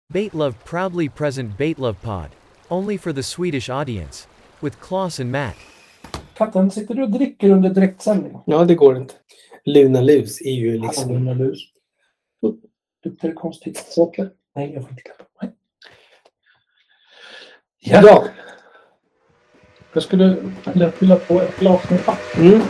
Baitlove proudly present Baitlove Pod. Only for the Swedish audience. With Klaus and Matt. Katten, sitter du och dricker under direktsändning? Ja, det går inte. Luna Lus är ju liksom... Luna Lus. Luktar det konstigt saker? Nej, jag får inte klappa. Nej. Ja. Jag skulle fylla på ett glas med vatten. Mm.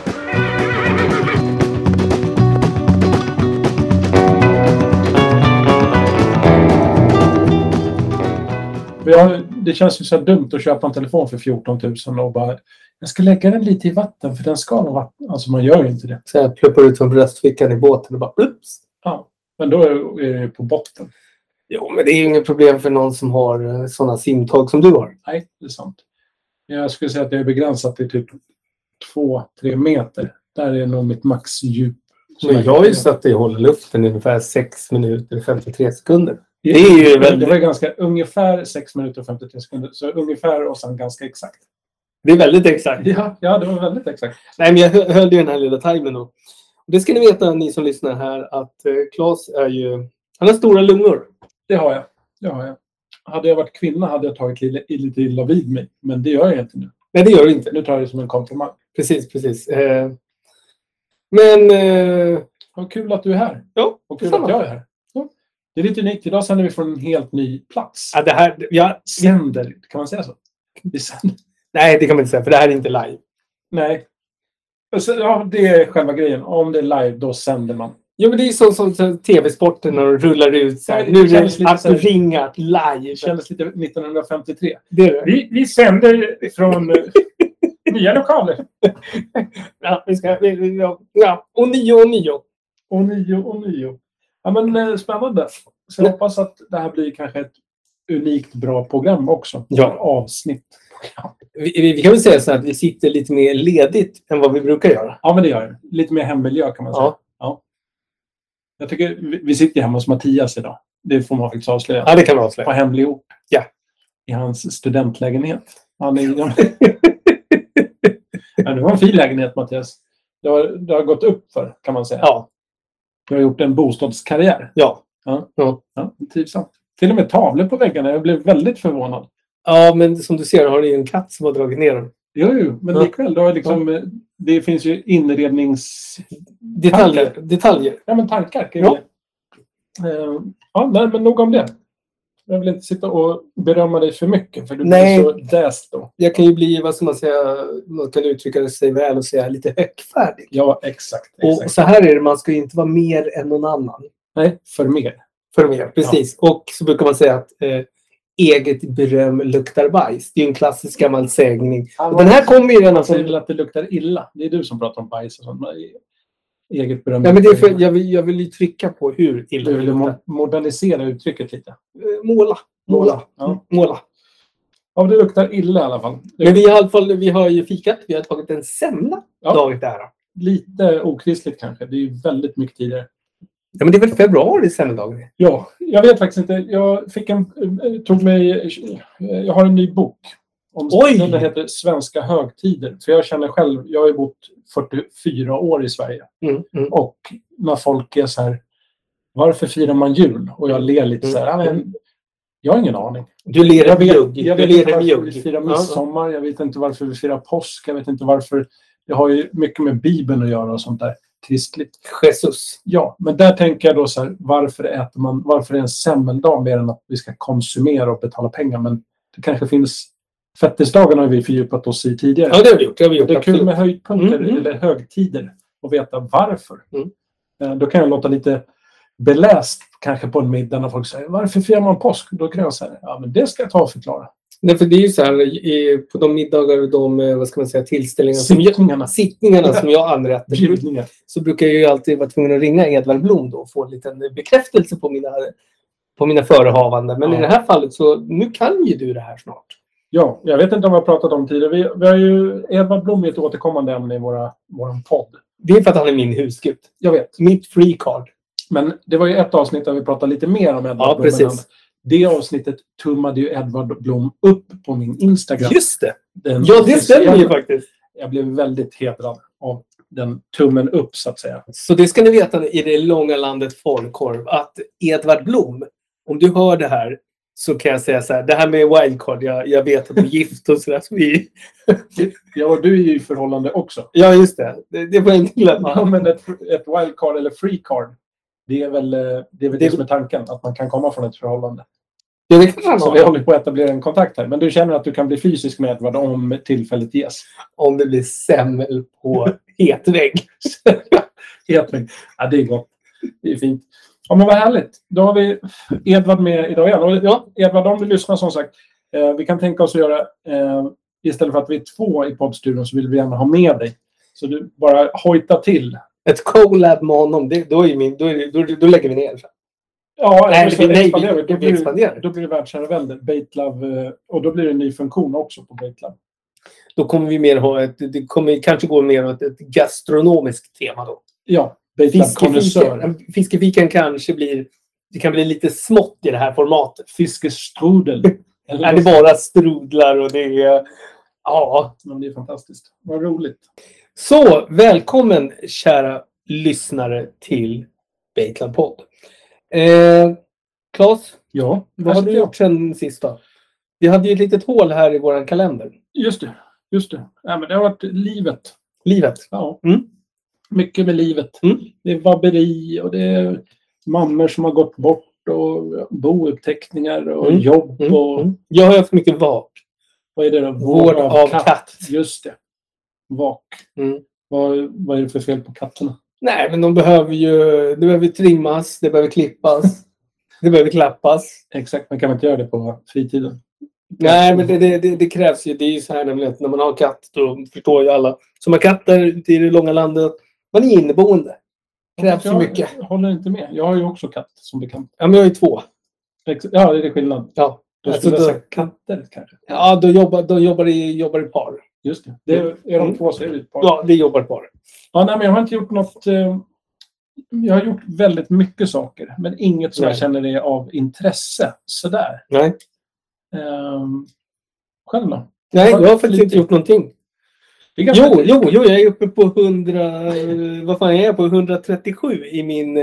Det känns ju så dumt att köpa en telefon för 14 000 och bara, jag ska lägga den lite i vatten för den ska ha vatten. Alltså man gör ju inte det. Så jag pluppar ut från bröstfickan i båten och bara ups. Ja, men då är det på botten. Jo, men det är ju inget problem för någon som har sådana simtag som du har. Nej, det är sant. Jag skulle säga att det är begränsat till typ 2-3 meter. Där är nog mitt maxdjup. Men jag har ju satt det i hålla luften i ungefär 6 minuter och 53 sekunder. Det är ju väldigt... Det var ganska ungefär 6 minuter och 53 sekunder. Så ungefär och sen ganska exakt. Det är väldigt exakt. Ja, det var väldigt exakt. Nej, men jag höll ju den här lilla timern då. Och det ska ni veta, ni som lyssnar här, att Klaus är ju... Han har stora lungor. Det har jag. Hade jag varit kvinna hade jag tagit lite illa vid mig. Men det gör jag inte nu. Nej, det gör du inte. Nu tar jag det som en komplimang. Precis. Vad kul att du är här. Ja, och kul att jag är här. Ja. Det är lite unikt. Idag sänder vi från en helt ny plats. Ja, det här... Sänder, kan man säga så? Vi sänder. Nej, det kan man inte säga, för det här är inte live. Nej. Ja, det är själva grejen. Om det är live, då sänder man. Jo, men det är ju som tv-sporten när de rullar ut så här. Nu är det att ringa live. Det kändes lite 1953. Vi sänder från nya lokaler. Ja, vi ska... Ja, och nio. Ja, men spännande. Så jag hoppas att det här blir kanske ett unikt bra program också. Ja. Avsnitt. Vi kan väl säga så att vi sitter lite mer ledigt än vad vi brukar göra. Ja, men det gör det. Lite mer hemmiljö kan man säga. Ja. Jag tycker vi sitter hemma hos Mattias idag. Det får man faktiskt avslöja. Ja, det kan man avslöja. På hemlig ort. Ja. I hans studentlägenhet. Ja, det var en fin lägenhet, Mattias. Det har gått upp för, kan man säga. Ja. Du har gjort en bostadskarriär. Ja. Trivsamt. Till och med tavlor på väggarna. Jag blev väldigt förvånad. Ja, men som du ser har du en katt som har dragit ner den. Jo, men likväl. Då liksom, det finns ju inrednings... Detaljer. Ja, men tankar. Ja. Men nog om det. Jag vill inte sitta och berömma dig för mycket. För du blir så däst då. Jag kan ju bli, vad ska man säga, man kan uttrycka sig väl och säga lite högfärdig. Ja, exakt. Och så här är det, man ska ju inte vara mer än någon annan. Nej, för mer, precis. Ja. Och så brukar man säga att eget beröm luktar bajs. Det är ju en klassisk gammal sägning. Och den här kommer ju redan från... säger att det luktar illa. Det är du som pratar om bajs och sånt. Eget beröm. Ja, men det är för, jag vill ju trycka på hur illa du vill modernisera uttrycket lite. Måla. Ja, det luktar illa i alla fall. Men vi har ju fikat. Vi har tagit en semla dagen där. Lite okristligt kanske. Det är ju väldigt mycket tidigare. Ja, men det är väl februari semmeldagen? Ja, jag vet faktiskt inte. Jag har en ny bok. Den heter Svenska högtider. För jag känner själv, jag har ju bott 44 år i Sverige. Och när folk är så här, varför firar man jul? Och jag ler lite så här, men jag har ingen aning. Du ler jag vet inte varför vi firar midsommar. Jag vet inte varför vi firar påsk. Jag vet inte varför. Det har ju mycket med Bibeln att göra och sånt där. Kristligt. Jesus. Ja, men där tänker jag då så här, varför är det en semmeldag mer än att vi ska konsumera och betala pengar? Men det kanske finns... Fettisdagen har vi fördjupat oss i tidigare. Ja, det har vi gjort. Det är kul med höjdpunkter eller högtider och veta varför. Då kan jag låta lite beläst kanske på en middag när folk säger, varför firar man påsk? Då kan jag säga, ja men det ska jag ta och förklara. Nej, för det är ju så här, på de middagar och de, vad ska man säga, tillställningarna. Sittningarna som jag anrättar. Så brukar jag ju alltid vara tvungen att ringa Edvard Blom då och få en liten bekräftelse på mina förehavanden. Men i det här fallet så, nu kan ju du det här snart. Ja, jag vet inte om vi har pratat om tidigare. Vi har ju Edvard Blom i ett återkommande ämne i våran podd. Det är för att han är min husgud. Jag vet. Mitt free card. Men det var ju ett avsnitt där vi pratade lite mer om Edvard Blom. Precis. Det avsnittet tummade ju Edvard Blom upp på min Instagram. Just det. Det stämmer ju faktiskt. Jag blev väldigt hedrad av den tummen upp så att säga. Så det ska ni veta i det långa landet Folkkorv att Edvard Blom om du hör det här så kan jag säga så här, det här med wildcard, jag vet att du är gift och sådär. Så ja, du är ju i förhållande också. Ja, just det. Det får jag inte glömma. Ja, men ett wildcard eller free card, det är väl det som är tanken, att man kan komma från ett förhållande. Ja, det kan så vi håller på att etablera en kontakt här. Men du känner att du kan bli fysisk med Edvard om tillfället ges? Om det blir semmel på hetvägg. Hetvägg. Ja, det är gott. Det är fint. Ja, men vad härligt. Då har vi Edvard med idag igen. Och ja, Edvard, om du lyssnar som sagt. Vi kan tänka oss att göra, istället för att vi är 2 i poddstudion så vill vi gärna ha med dig. Så du bara hojta till. Ett collab med honom, då lägger vi ner. Ja, nej, vi expanderar. Då blir det världsherravälde, Baitlove, och då blir det en ny funktion också på Baitlove. Då kommer vi mer ha det kommer kanske gå mer åt ett gastronomiskt tema då. Ja, Baitlove-konnässör. Fiskefiken kanske det kan bli lite smått i det här formatet. Fiskestrudel. Är det bara strudlar och det är... Ja. Men det är fantastiskt. Vad roligt. Så, välkommen kära lyssnare till Baitlove-podd. Claes? Ja? Vad har du gjort sen sist då? Vi hade ju ett litet hål här i våran kalender. Just det. Ja, men det har varit livet. Livet? Ja. Mycket med livet. Det är vabberi och det är mammor som har gått bort och bouppteckningar och jobb. Och... Jag har haft mycket vak. Vad är det då? Vård av katt. Just det. Vak. Vad är det för fel på katterna? Nej, men det behöver trimmas, det behöver klippas, det behöver klappas. Exakt, man kan inte göra det på fritiden. Nej, men det krävs ju. Det är ju så här nämligen, när man har katt, då förstår ju alla som har katter ute i det långa landet. Man är inneboende. Det krävs ju mycket. Jag håller inte med. Jag har ju också katt, som bekant. Ja, men jag har ju 2. Ja, det är skillnad. Ja. Då skulle jag säga katter kanske. Ja, de jobbar i par. Just det. Är de 2 så är det ett par. Ja, det jobbar ett par. Ja, nej, men jag har inte gjort något... Jag har gjort väldigt mycket saker, men inget som jag känner är av intresse. Sådär. Nej. Själv då? Nej, jag har faktiskt inte gjort någonting. Jo, jag är uppe på 100... Vad fan är jag på? 137 i min...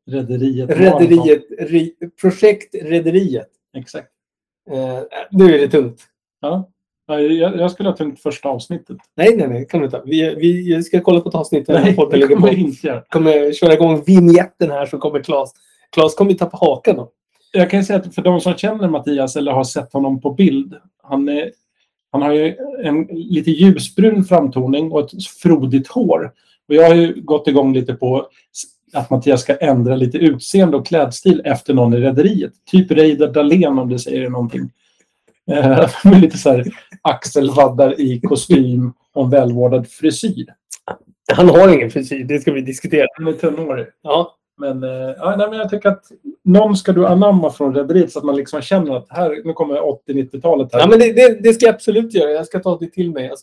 Projekt Rederiet. Exakt. Nu är det tungt. Ja. Jag skulle ha tänkt första avsnittet. Nej, kan du inte. Vi ska kolla på ett avsnitt. Nej, det kommer jag inte göra. Kommer köra igång vignetten här så kommer Claes. Claes kommer tappa hakan då. Jag kan säga att för de som känner Mattias eller har sett honom på bild. Han har ju en lite ljusbrun framtoning och ett frodigt hår. Och jag har ju gått igång lite på att Mattias ska ändra lite utseende och klädstil efter någon i rederiet. Typ Reidar Dahlén, om det säger någonting. Med lite så här axelvaddar i kostym och en välvårdad frisyr. Han har ingen frisyr, det ska vi diskutera. Han är tunnhårig. Ja. Men jag tycker att någon ska du anamma från rederiet så att man liksom känner att nu kommer 80-90-talet här. Ja, men det ska jag absolut göra. Jag ska ta det till mig.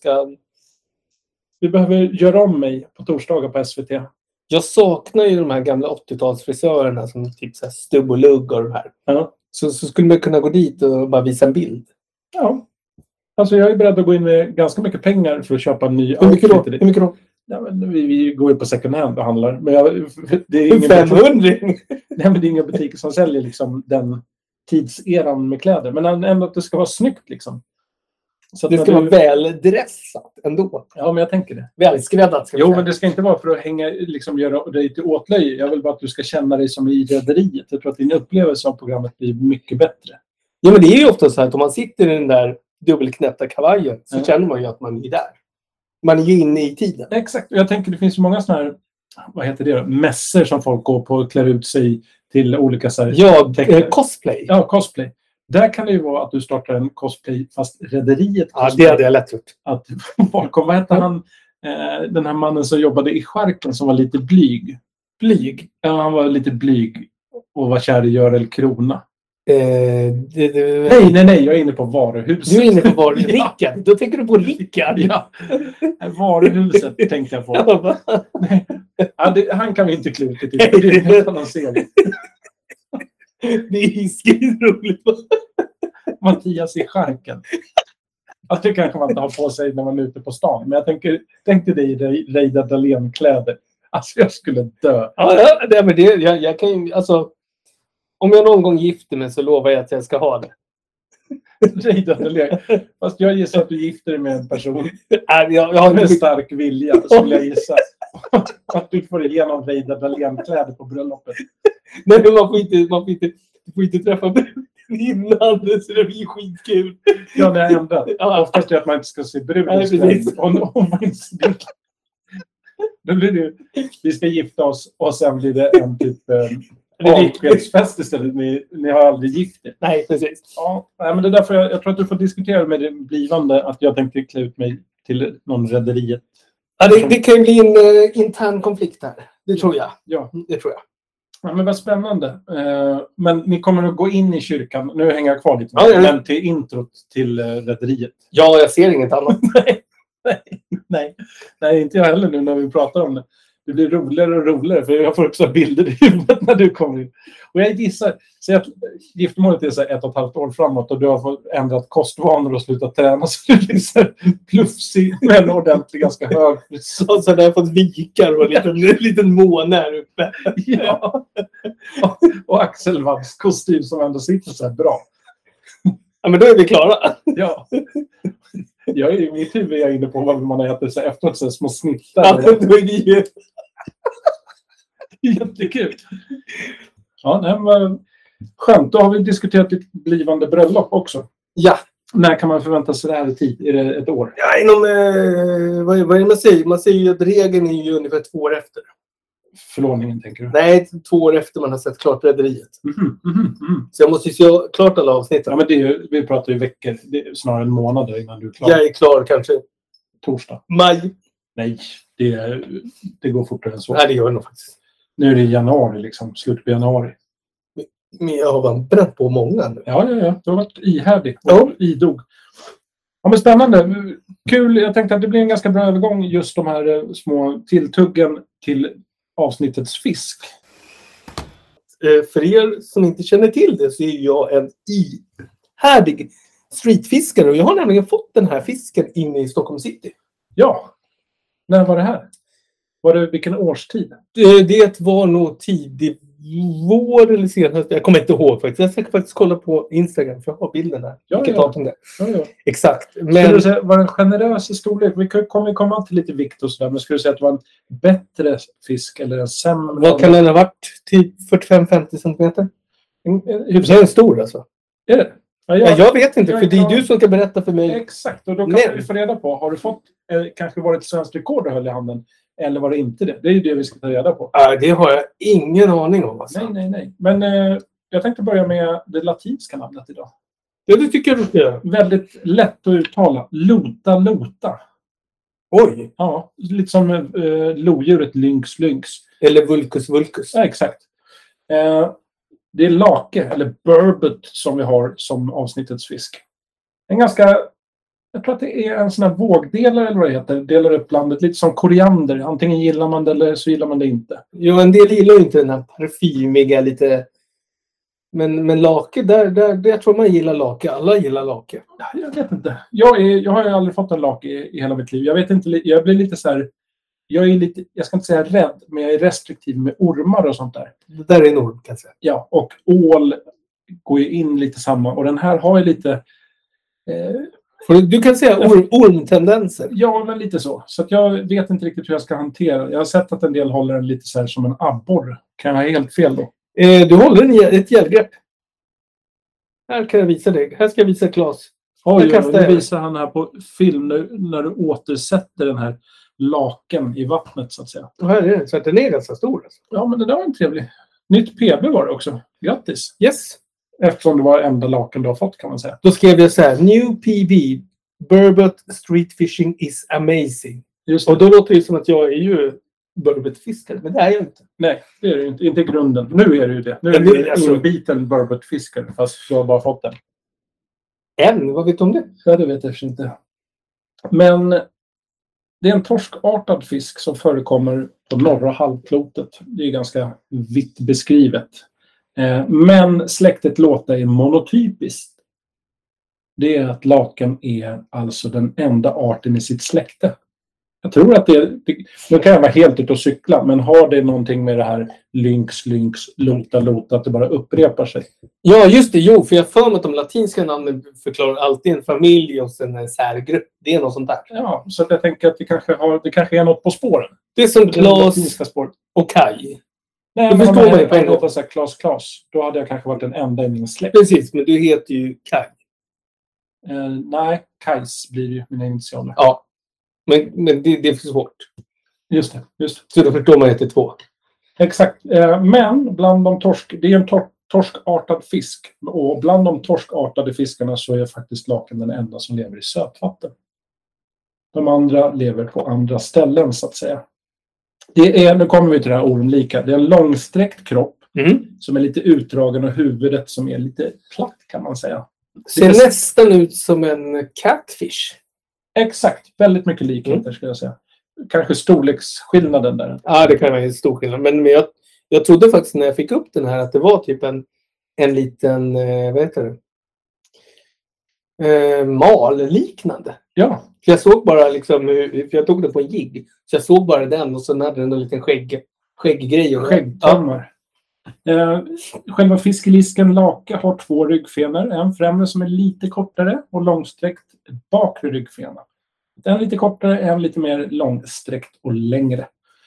Vi behöver göra om mig på torsdagar på SVT. Jag saknar ju de här gamla 80-talsfrisörerna som typ så här Stubb och Lugg och de här. Ja. Så skulle man kunna gå dit och bara visa en bild. Ja. Alltså jag är beredd att gå in med ganska mycket pengar för att köpa en ny outfit. Hur mycket då? Ja, men vi går ju på second hand och handlar. Men det är ingen 500? Nej, men det är inga butiker som säljer liksom den tidseran med kläder. Men ändå att det ska vara snyggt liksom. Så det ska vara väldressat ändå. Ja, men jag tänker det. Välskräddat. Jo, men det ska inte vara för att göra dig till åtlöje. Jag vill bara att du ska känna dig som i rederiet. Jag tror att din upplevelse av programmet blir mycket bättre. Ja, men det är ju ofta så här att om man sitter i den där dubbelknäppta kavajen så känner man ju att man är där. Man är ju inne i tiden. Exakt. Jag tänker det finns ju många sådana här, vad heter det då? Mässor som folk går på och klär ut sig till olika så här... Cosplay. Ja, cosplay. Där kan det ju vara att du startar en cosplay fast rederiet. Ja, det hade jag lätt gjort. Att folk vad hette han? Den här mannen som jobbade i Charken som var lite blyg. Blyg? Ja, han var lite blyg och var kär i Görel Krona. Nej, jag är inne på varuhuset. Du är inne på varuhuset. Rickard, då tänker du på Rickard. Ja, varuhuset tänkte jag på. Nej. Ja, han kan vi inte klä ut till. Det är en helt annan serie. Det är skrivroligt. Mattias i Charken. Jag tycker kanske man inte har på sig när man är ute på stan. Men jag tänkte dig i Reidar Dahlén-kläder. Alltså jag skulle dö. Ja, men jag kan ju, alltså... Om jag någon gång gifter mig så lovar jag att jag ska ha det. Fast jag gissar att du gifter dig med en person Jag har med stark vilja, skulle jag gissa. Att du får igenom Reidar Dahlén-kläder på bröllopet. Nej, man får inte träffa bruden innan, så det blir skitkul. Ja, det har ändrat. Oftast är att man inte ska se brudens kläder. Då blir det, vi ska gifta oss och sen blir det en typ avskedsfest istället. Ni har aldrig gift er. Nej, precis. Ja, men det är därför jag tror att du får diskutera med det blivande att jag tänkte klä ut mig till någon rederiet. Ja, det kan ju bli en intern konflikt här. Det tror jag. Ja, det tror jag. Ja, men vad spännande. Men ni kommer att gå in i kyrkan. Nu hänger jag kvar lite. Men till introt till rederiet. Ja, jag ser inget annat. Nej, inte jag heller nu när vi pratar om det. Det blir roligare och roligare för jag får också bilder i huvudet när du kommer in. Och jag gissar, så att giftermålet är så 1,5 år framåt och du har fått ändrat kostvanor och slutat träna så du blir så plufsig med en ordentlig, ganska hög. Så där har jag fått vikar och en liten måne här uppe. Ja. Och Axelvabs kostym som ändå sitter så här bra. Ja, men då är vi klara. Ja. Jag är i mitt huvud är jag inne på vad man har ätit så efteråt så små snittar. Ja, då är det ju jättekul. Ja, nej, men skönt. Då har vi diskuterat ditt blivande bröllop också. Ja. När kan man förvänta sig det här i tid? Är det ett år? Ja, inom, vad är det man säger? Man säger ju att regeln är ju ungefär 2 år efter. Förlovningen, tänker du? Nej, 2 år efter man har sett klart rederiet. Så jag måste ju se klart alla avsnitt. Ja, men det är ju, vi pratar ju veckor. Det är snarare en månad innan du är klar. Jag är klar kanske. Torsdag. Maj. Nej, det går fortare än så. Nej, det gör det nog faktiskt. Nu är det januari, liksom. Slutet på januari. Men jag har vandrat på många nu. Ja. Du har varit ihärdig och idog. Ja, men spännande. Kul. Jag tänkte att det blir en ganska bra övergång just de här små tilltuggen till avsnittets fisk. För er som inte känner till det så är jag en ihärdig streetfiskare. Och jag har nämligen fått den här fisken in i Stockholm city. Ja. När var det här? Var det vilken årstid? Det var nog tidig vår eller senast. Jag kommer inte ihåg faktiskt. Jag ska faktiskt kolla på Instagram för jag har bilden där. Ja. Exakt. Men skulle du säga, var det en generös storlek? Vi kommer komma till lite vikt och sådär. Men skulle du säga att det var en bättre fisk eller en sämre? Vad kan den ha varit? Typ 45-50 centimeter? Det är en stor alltså. Är det? Ja, jag vet inte, för det är du som ska berätta för mig. Exakt, och då kan vi få reda på. Har du fått, kanske varit svenskt rekord du höll i handen? Eller var det inte det? Det är ju det vi ska ta reda på. Det har jag ingen aning om. Alltså. Nej. Men jag tänkte börja med det latinska namnet idag. Ja, det tycker jag du ska göra. Väldigt lätt att uttala. Lota. Oj! Ja, lite som lodjuret lynx. Eller vulcus. Ja, exakt. Det är lake, eller burbot, som vi har som avsnittets fisk. En ganska... Jag tror att det är en sån här vågdelare eller vad det heter. Delar upp landet lite som koriander. Antingen gillar man det eller så gillar man det inte. Jo, en del gillar ju inte den här parfymiga lite... Men lake, där jag tror man gillar lake. Alla gillar lake. Jag vet inte. Jag har ju aldrig fått en lake i hela mitt liv. Jag vet inte, jag blir lite så här... Jag ska inte säga rädd, men jag är restriktiv med ormar och sånt där. Det där är en orm, kan jag säga. Ja, och ål går ju in lite samma. Och den här har ju lite... Du kan säga ormtendenser. Ja, men lite så. Så att jag vet inte riktigt hur jag ska hantera. Jag har sett att en del håller den lite så här som en abborre. Kan jag ha helt fel då? Du håller ett gällgrepp. Här kan jag visa dig. Här ska jag visa Claes. Nu visar han här på film när du återsätter den här laken i vattnet så att säga. Och här är den. Så att den är ganska stor. Alltså. Ja, men det där var en trevlig. Nytt PB var det också. Grattis. Yes. Eftersom det var enda laken du har fått kan man säga. Då skrev jag så här. New PB. Burbot street fishing is amazing. Just det. Och då låter det som att jag är ju burbotfiskare. Men det är jag inte. Nej, det är det inte. Inte i grunden. Nu är det ju det. Nu är det inbiten burbotfiskare. Fast du har bara fått den. Vad vet du om det? Ja, det vet jag inte. Men det är en torskartad fisk som förekommer på norra halvklotet. Det är ganska vitt beskrivet. Men släktet låta är monotypiskt. Det är att laken är alltså den enda arten i sitt släkte. Jag tror att nu kan jag vara helt ute och cykla, men har det någonting med det här lynx, lota, att det bara upprepar sig? Ja, just det. Jo, för jag för mig att de latinska namnen förklarar alltid en familj och sen en särgrupp. Det är något sånt där. Ja, så att jag tänker att det kanske är något på spåren. Det är som Klas och Kaj. Nej, men förstår man på en gång. Klas. Då hade jag kanske varit den enda i min släkt. Precis, men du heter ju Kaj. Nej, Kajs blir ju mina initialer. Ja, men det är för svårt. Just det. Så då förstår man att det är 2. Exakt. Men bland de det är en torskartad fisk. Och bland de torskartade fiskarna så är faktiskt laken den enda som lever i sötvatten. De andra lever på andra ställen så att säga. Nu kommer vi till det här ormlika. Det är en långsträckt kropp som är lite utdragen och huvudet som är lite platt kan man säga. Ser nästan ut som en catfish. Exakt. Väldigt mycket likheter ska jag säga. Kanske storleksskillnaden där. Ja, det kan vara en stor skillnad. Men jag trodde faktiskt när jag fick upp den här att det var typ en liten, vad heter det? Mal liknande. Ja. För jag såg bara liksom, för jag tog det på en jigg. Så jag såg bara den och så hade den en liten skägggrej. Och skäggtömmar. Själva fiskelisken lake har 2 ryggfenor. En främre som är lite kortare och långsträckt bakre ryggfena. En lite kortare, en lite mer långsträckt och längre.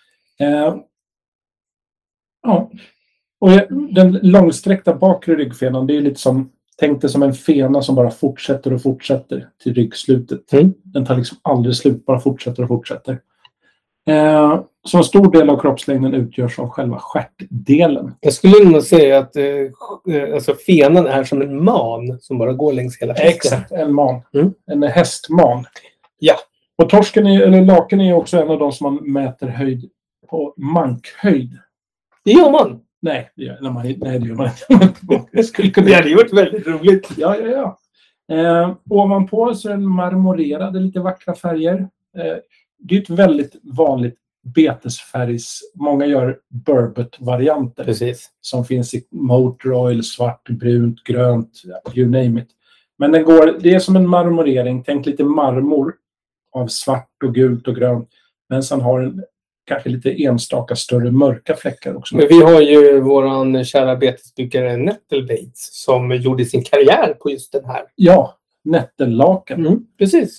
Ja. Och den långsträckta bakre ryggfenan, det är lite som, tänk det som en fena som bara fortsätter och fortsätter till ryggslutet. Den tar liksom aldrig slut, bara fortsätter och fortsätter. Så en stor del av kroppslängden utgörs av själva stjärtdelen. Jag skulle nog säga att alltså fenan är som en man som bara går längs hela fisken. Exakt, en man. En hästman. Ja. Och laken är också en av de som man mäter höjd på mankhöjd. Det gör man. Nej, det gör man inte. Det hade ju varit väldigt roligt. Ja. Ovanpå så är den marmorerad, lite vackra färger. Det är ett väldigt vanligt betesfärgs. Många gör burbot-varianter. Precis. Som finns i motor oil, svart, brunt, grönt, you name it. Men det är som en marmorering. Tänk lite marmor av svart och gult och grönt. Men sen har den kanske lite enstaka större mörka fläckar också. Men vi har ju våran kära betesbyggare Nettelbaits som gjorde sin karriär på just den här. Ja, Nettellaken. Precis.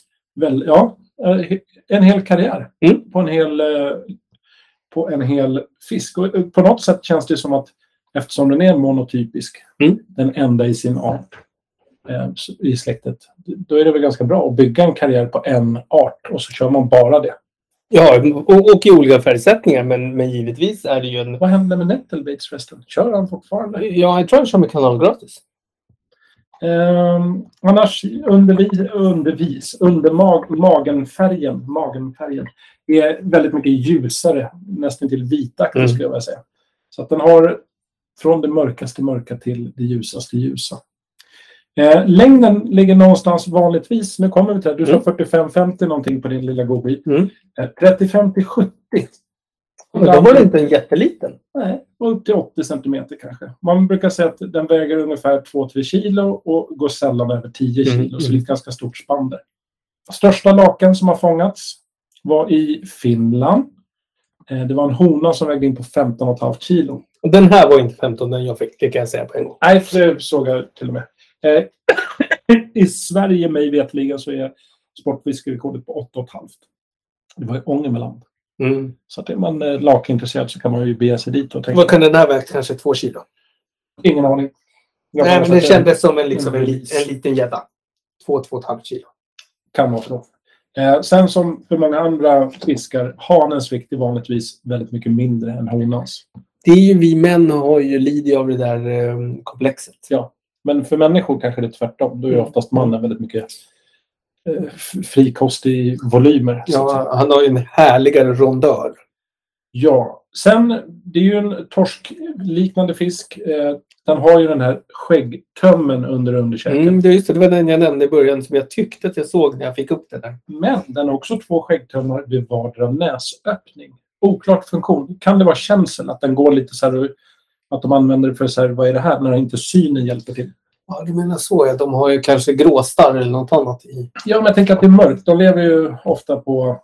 En hel karriär på en hel fisk. Och på något sätt känns det som att eftersom den är monotypisk, den enda i sin art i släktet, då är det väl ganska bra att bygga en karriär på en art och så kör man bara det. Ja, och i olika färgsättningar, men givetvis är det ju en... Vad händer med Nettelbaits förresten? Kör han fortfarande? Ja, jag tror han kör med kanal gratis. Annars under magenfärgen är väldigt mycket ljusare, nästan till vitaktigt skulle jag vilja säga. Så att den har från det mörkaste mörka till det ljusaste ljusa. Längden ligger någonstans vanligtvis, nu kommer vi till det, du sa 45-50 någonting på din lilla godbit. 35-70. Då var det inte en jätteliten. Nej, upp till 80 centimeter kanske. Man brukar säga att den väger ungefär 2-3 kilo och går sällan över 10 kilo. Så det är ett ganska stort spann där. Största laken som har fångats var i Finland. Det var en hona som vägde in på 15,5 kilo. Och den här var inte 15, den jag fick, det kan jag säga på en gång. Nej, det såg jag till och med. I Sverige, mig vetligen, så är sportfiskerekordet på 8,5. Det var i Ångermanland. Så att är man lakintresserad så kan man ju bege sig dit och tänka. Vad kan den här väga? Kanske 2 kilo? Ingen aning. Nej, men det kändes som en liten gädda. 2,5 kilo. Kan vara så. Sen som för många andra fiskar, hanens vikt är vanligtvis väldigt mycket mindre än honans. Det är ju vi män har ju lidit av det där komplexet. Ja, men för människor kanske det är tvärtom. Då är oftast mannen väldigt mycket frikostig volymer. Ja, han har ju en härligare rondör. Ja, sen det är ju en torskliknande fisk. Den har ju den här skäggtömmen under underkäken. Det var den jag nämnde i början som jag tyckte att jag såg när jag fick upp det där. Men den har också 2 skäggtömmar vid vardera näsöppning. Oklart funktion. Kan det vara känsel att den går lite så här, att de använder det för så här, vad är det här, när inte synen hjälper till? Ja, du menar så. Ja. De har ju kanske gråstarr eller något annat i. Ja, men jag tänker att det är mörkt. De lever ju ofta på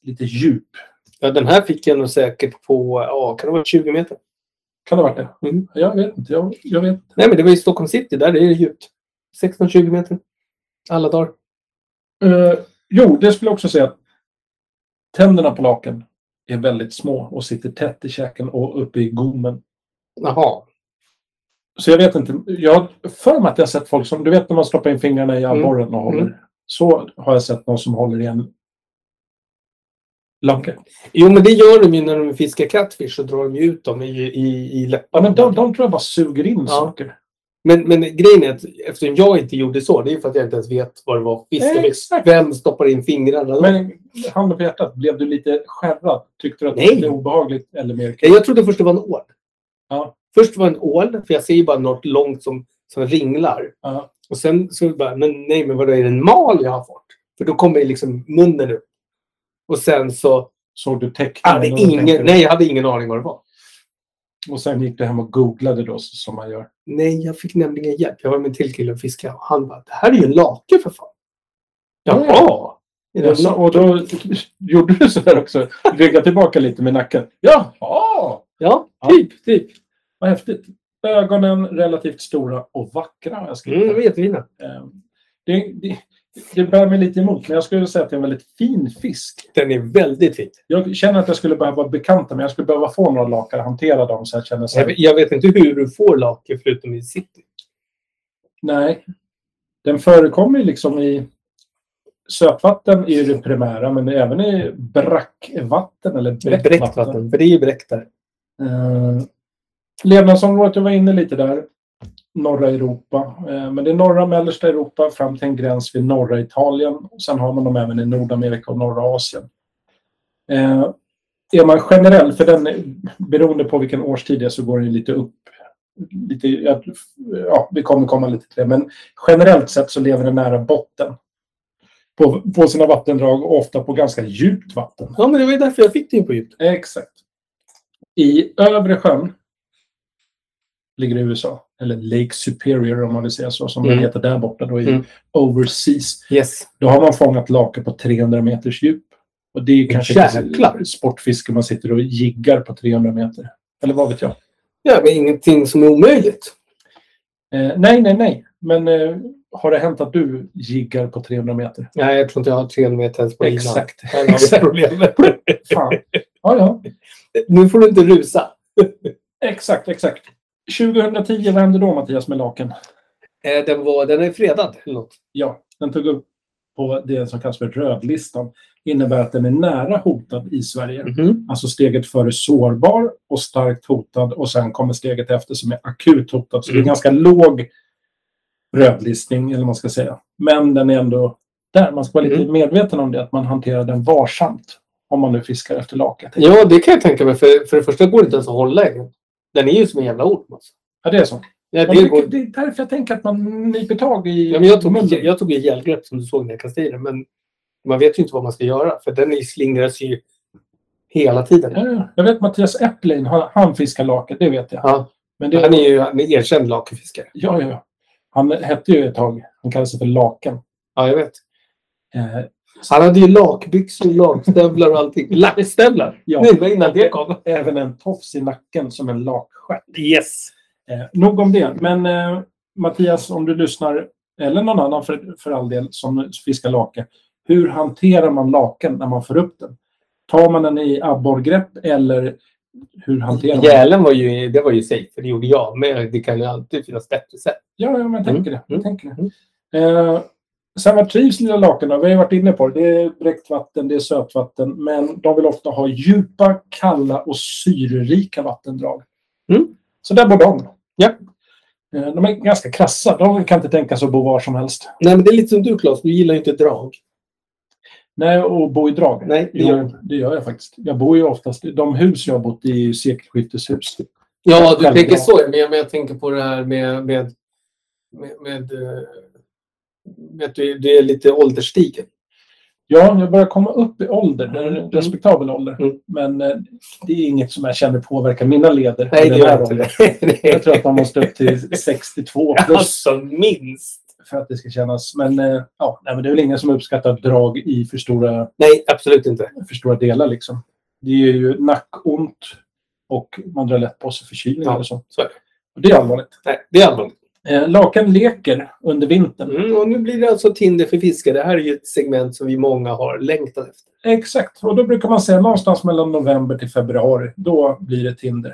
lite djup. Ja, den här fick jag nog säkert på, kan det vara 20 meter? Kan det ha varit det? Jag vet inte. Jag vet. Nej, men det var i Stockholm city. Där är det djupt. 16-20 meter. Alla dagar. Jo, det skulle jag också säga. Tänderna på laken är väldigt små och sitter tätt i käken och uppe i gommen. Jaha. Så jag vet inte. Jag har för mig att jag har sett folk som, du vet när man stoppar in fingrarna i abborren och håller. Så har jag sett någon som håller i en lake. Jo, men det gör de ju när de fiskar catfish, så drar de ut dem i läpparna. Ja, men de tror jag bara suger in saker. Men grejen är att eftersom jag inte gjorde så, det är för att jag inte ens vet vad det var fiskar. Vem stoppar in fingrarna då? Men handen på hjärtat, blev du lite skärrad? Tyckte du att det var obehagligt eller mer? Jag trodde först det var en ål. Ja. Först var en ål, för jag ser ju bara något långt som ringlar. Ja. Och sen så bara, men vad är det en mal jag har fått? För då kommer liksom munnen upp. Och sen så... Såg du tecknen? Nej, jag hade ingen aning vad det var. Och sen gick du hem och googlade då som man gör. Nej, jag fick nämligen hjälp. Jag var med till kille och fiskade. Och han bara, det här är ju en lake för fan. Jaha! Ja, och då gjorde du så där också. Rygga tillbaka lite med nacken. Jaha! Ja, typ. Vad häftigt. Ögonen relativt stora och vackra har jag skrivit. Det var jättefina. Det bär mig lite emot, men jag skulle säga att det är en väldigt fin fisk. Den är väldigt fin. Jag känner att jag skulle behöva vara bekanta, men jag skulle behöva få några lakar och hantera dem så jag känner så här. Jag vet inte hur du får laker förutom i city. Nej. Den förekommer liksom i sötvatten är det primära, men även i brackvatten eller bräckvatten. För det är ju bräck där. Levnadsområdet, jag var inne lite där. Norra Europa. Men det är norra mellersta Europa fram till en gräns vid norra Italien. Sen har man dem även i Nordamerika och norra Asien. Är man generell, för den beroende på vilken årstid det är så går det lite upp. Vi kommer komma lite till det. Men generellt sett så lever den nära botten. På sina vattendrag och ofta på ganska djupt vatten. Ja, men det var ju därför jag fick det på djupt. Exakt. I övre sjön ligger i USA. Eller Lake Superior om man vill säga så. Som den heter där borta då i overseas. Yes. Då har man fångat laker på 300 meters djup. Och det är kanske sportfiske man sitter och jiggar på 300 meter. Eller vad vet jag? Ja, men ingenting som är omöjligt. Nej. Men har det hänt att du jiggar på 300 meter? Nej, jag tror inte jag har 300 meter ens på linan. Exakt. Problemet. Fan. Ja. Nu får du inte rusa. Exakt. 2010, vad hände då Mattias med laken? Den är fredad eller något. Ja, den tog upp på det som kallas för rödlistan. Innebär att den är nära hotad i Sverige. Alltså steget före sårbar och starkt hotad. Och sen kommer steget efter som är akut hotad. Så det är ganska låg rödlistning eller man ska säga. Men den är ändå där. Man ska vara lite medveten om det. Att man hanterar den varsamt. Om man nu fiskar efter laket. Ja, det kan jag tänka mig. För det första går det inte ens att hålla i. Den är ju som en jävla ort. Alltså. Ja, det är så. Ja, det är därför jag tänker att man nyper tag i... Ja, men jag tog ett hjälpgrepp som du såg när jag kastade i den. Men man vet ju inte vad man ska göra. För den slingras ju hela tiden. Ja, jag vet Mattias Epplin, han fiskar laken, det vet jag. Ja. Men han är ju en erkänd lakenfiskare. Ja. Han hette ju ett tag, han kallade sig för laken. Ja, jag vet. Han hade ju lakbyxor, lakstövlar och allting. Lackstövlar? Ja. Det var innan det kom. Även en tofs i nacken som en lakstjärt. Yes. Nog om det. Men Mattias, om du lyssnar, eller någon annan för all del som fiskar lake. Hur hanterar man laken när man får upp den? Tar man den i abborrgrepp eller hur hanterar man den? Gälen var ju safe, för det gjorde jag. Men det kan ju alltid finnas bättre sätt. Ja, men jag tänker det. Sen vad trivs lilla lakarna? Vi har ju varit inne på det. Det är bräckt vatten, det är sötvatten. Men de vill ofta ha djupa, kalla och syrerika vattendrag. Så där bor de. Ja. De är ganska krassa. De kan inte tänka sig att bo var som helst. Nej, men det är lite som du, Claes. Du gillar ju inte drag. Nej, och bo i drag. Nej, det gör jag faktiskt. Jag bor ju oftast... De hus jag har bott i sekelskifteshus. Ja, du tänker så. Men jag tänker på det här med att du är lite ålderstigen. Ja, jag börjar komma upp i ålder. Respektabel ålder. Men det är inget som jag känner påverkar mina leder. Nej, det gör inte det. Jag tror att man måste upp till 62 plus. Alltså minst. för att det ska kännas. Men, men det är väl ingen som uppskattar drag i för stora... Nej, absolut inte. För stora delar liksom. Det är ju nackont och man drar lätt på sig förkylning eller så. Så är det. Och det är allvarligt. Nej, det är allvarligt. Lakan leker under vintern. Och nu blir det alltså Tinder för fiskare. Det här är ju ett segment som vi många har längtat efter. Exakt. Och då brukar man säga någonstans mellan november till februari. Då blir det Tinder.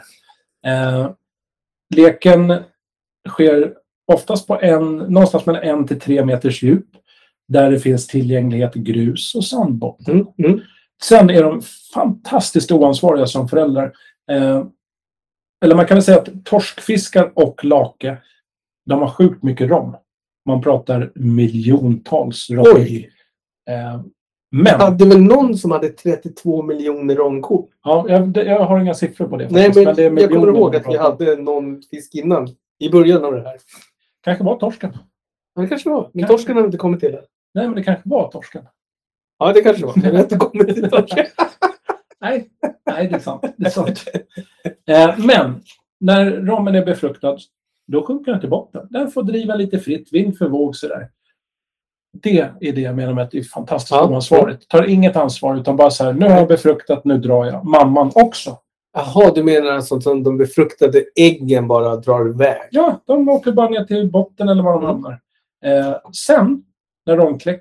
Leken sker oftast på någonstans mellan 1 till 3 meters djup. Där det finns tillgänglighet grus och sandbotten. Sen är de fantastiskt oansvariga som föräldrar. Eller man kan väl säga att torskfiskar och lake, de har sjukt mycket rom. Man pratar miljontals rom. Oj! Men... hade väl någon som hade 32 miljoner romkor? Ja, jag har inga siffror på det. Nej, men det är jag kommer ihåg att vi hade någon fisk innan. I början av det här. Kanske var torsken. Ja, det kanske var. Men torsken har inte kommit till det. Nej, men det kanske var torsken. Ja, det kanske var. Jag har inte kommit till torsken. Nej, det är sant. Det är sant. Men när rommen är befruktad, då sjunker den till botten. Den får driva lite fritt, vind för våg sådär. Det är det jag menar med att det är fantastiskt oansvarigt. Tar inget ansvar utan bara så här, nu har jag befruktat, nu drar jag. Mamman också. Jaha, du menar alltså att de befruktade äggen bara drar iväg? Ja, de åker bara ner till botten eller var de hamnar. Sen, när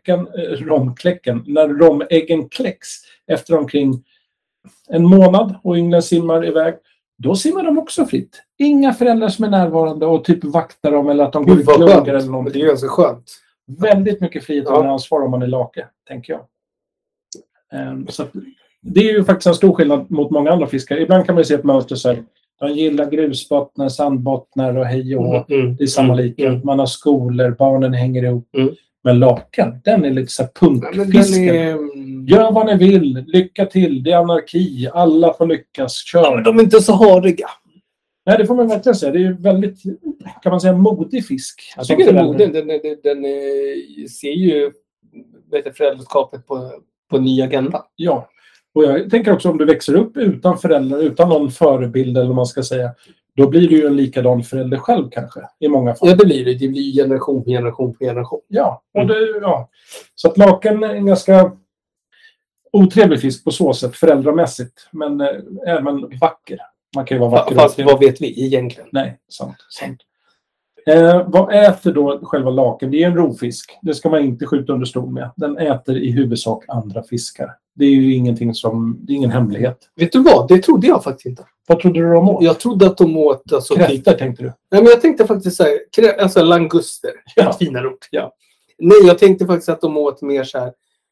när romäggen kläcks efter omkring en månad och ynglen simmar iväg, då simmar de också fritt. Inga föräldrar som är närvarande och typ vaktar dem eller att de går i klungar eller någonting. Det är ganska skönt. Väldigt mycket frihet och ansvar om man är lake, tänker jag. Så att, det är ju faktiskt en stor skillnad mot många andra fiskar. Ibland kan man se ett mönster så här. De gillar grusbottnar, sandbottnar och hej och hå. Det är samma lika. Man har skolor, barnen hänger ihop. Men lakan, den är lite så här punkfisken. Gör vad ni vill, lycka till, det är anarki, alla får lyckas, kör. Ja, men de är inte så hariga. Nej, det får man verkligen säga. Det är ju väldigt, kan man säga, modig fisk. Jag tycker den ser ju föräldraskapet på en ny agenda. Ja, och jag tänker också om du växer upp utan föräldrar, utan någon förebild eller vad man ska säga, då blir du ju en likadan förälder själv kanske, i många fall. Ja, det blir det. Det blir generation på generation på generation. Ja, och så att laken är en ganska otrevlig fisk på så sätt, föräldramässigt, men även vacker. Man kan ju vara vacker. Fast vad vet vi egentligen? Nej, sant. Vad äter då själva laken? Det är en rovfisk. Det ska man inte skjuta under stol med. Den äter i huvudsak andra fiskar. Det är ju ingenting det är ingen hemlighet. Vet du vad? Det trodde jag faktiskt inte. Vad trodde du de åt? Jag trodde att de åt... Alltså, kräftor tänkte du? Nej, men jag tänkte faktiskt så här... Alltså languster. Ja. Fina ord. Ja. Nej, jag tänkte faktiskt att de åt mer så här...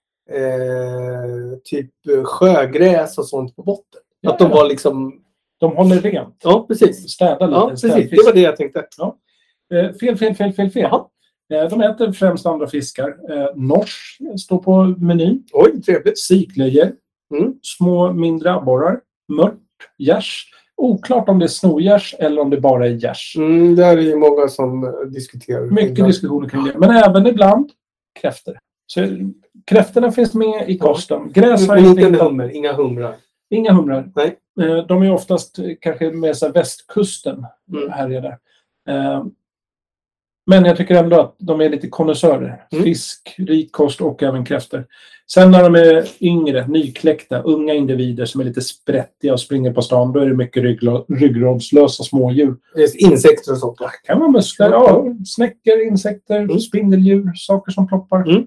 typ sjögräs och sånt på botten. Ja, att de var liksom... De håller rent. Ja, precis. Städa lite. Ja, precis. Det var det jag tänkte. Ja. Fel. Aha. De äter främst andra fiskar. Nors står på menyn. Oj, trevligt. Siklöjer. Små mindre abborrar. Mört. Gärs. Oklart om det är snorgärs eller om det bara är gärs. Det är ju många som diskuterar. Mycket diskussioner kring det. Men även ibland kräftor. Så kräftorna finns med i kosten. Gräs har inga humrar. Inga humrar. Nej. De är oftast kanske med så här västkusten här är det. Men jag tycker ändå att de är lite konnässörer. Fisk, rik kost och även kräftor. Sen när de är yngre, nykläckta, unga individer som är lite sprättiga och springer på stan, då är det mycket ryggradslösa smådjur. Insekter och sånt. Kan man muskler, snäckor, insekter, spindeldjur, saker som ploppar.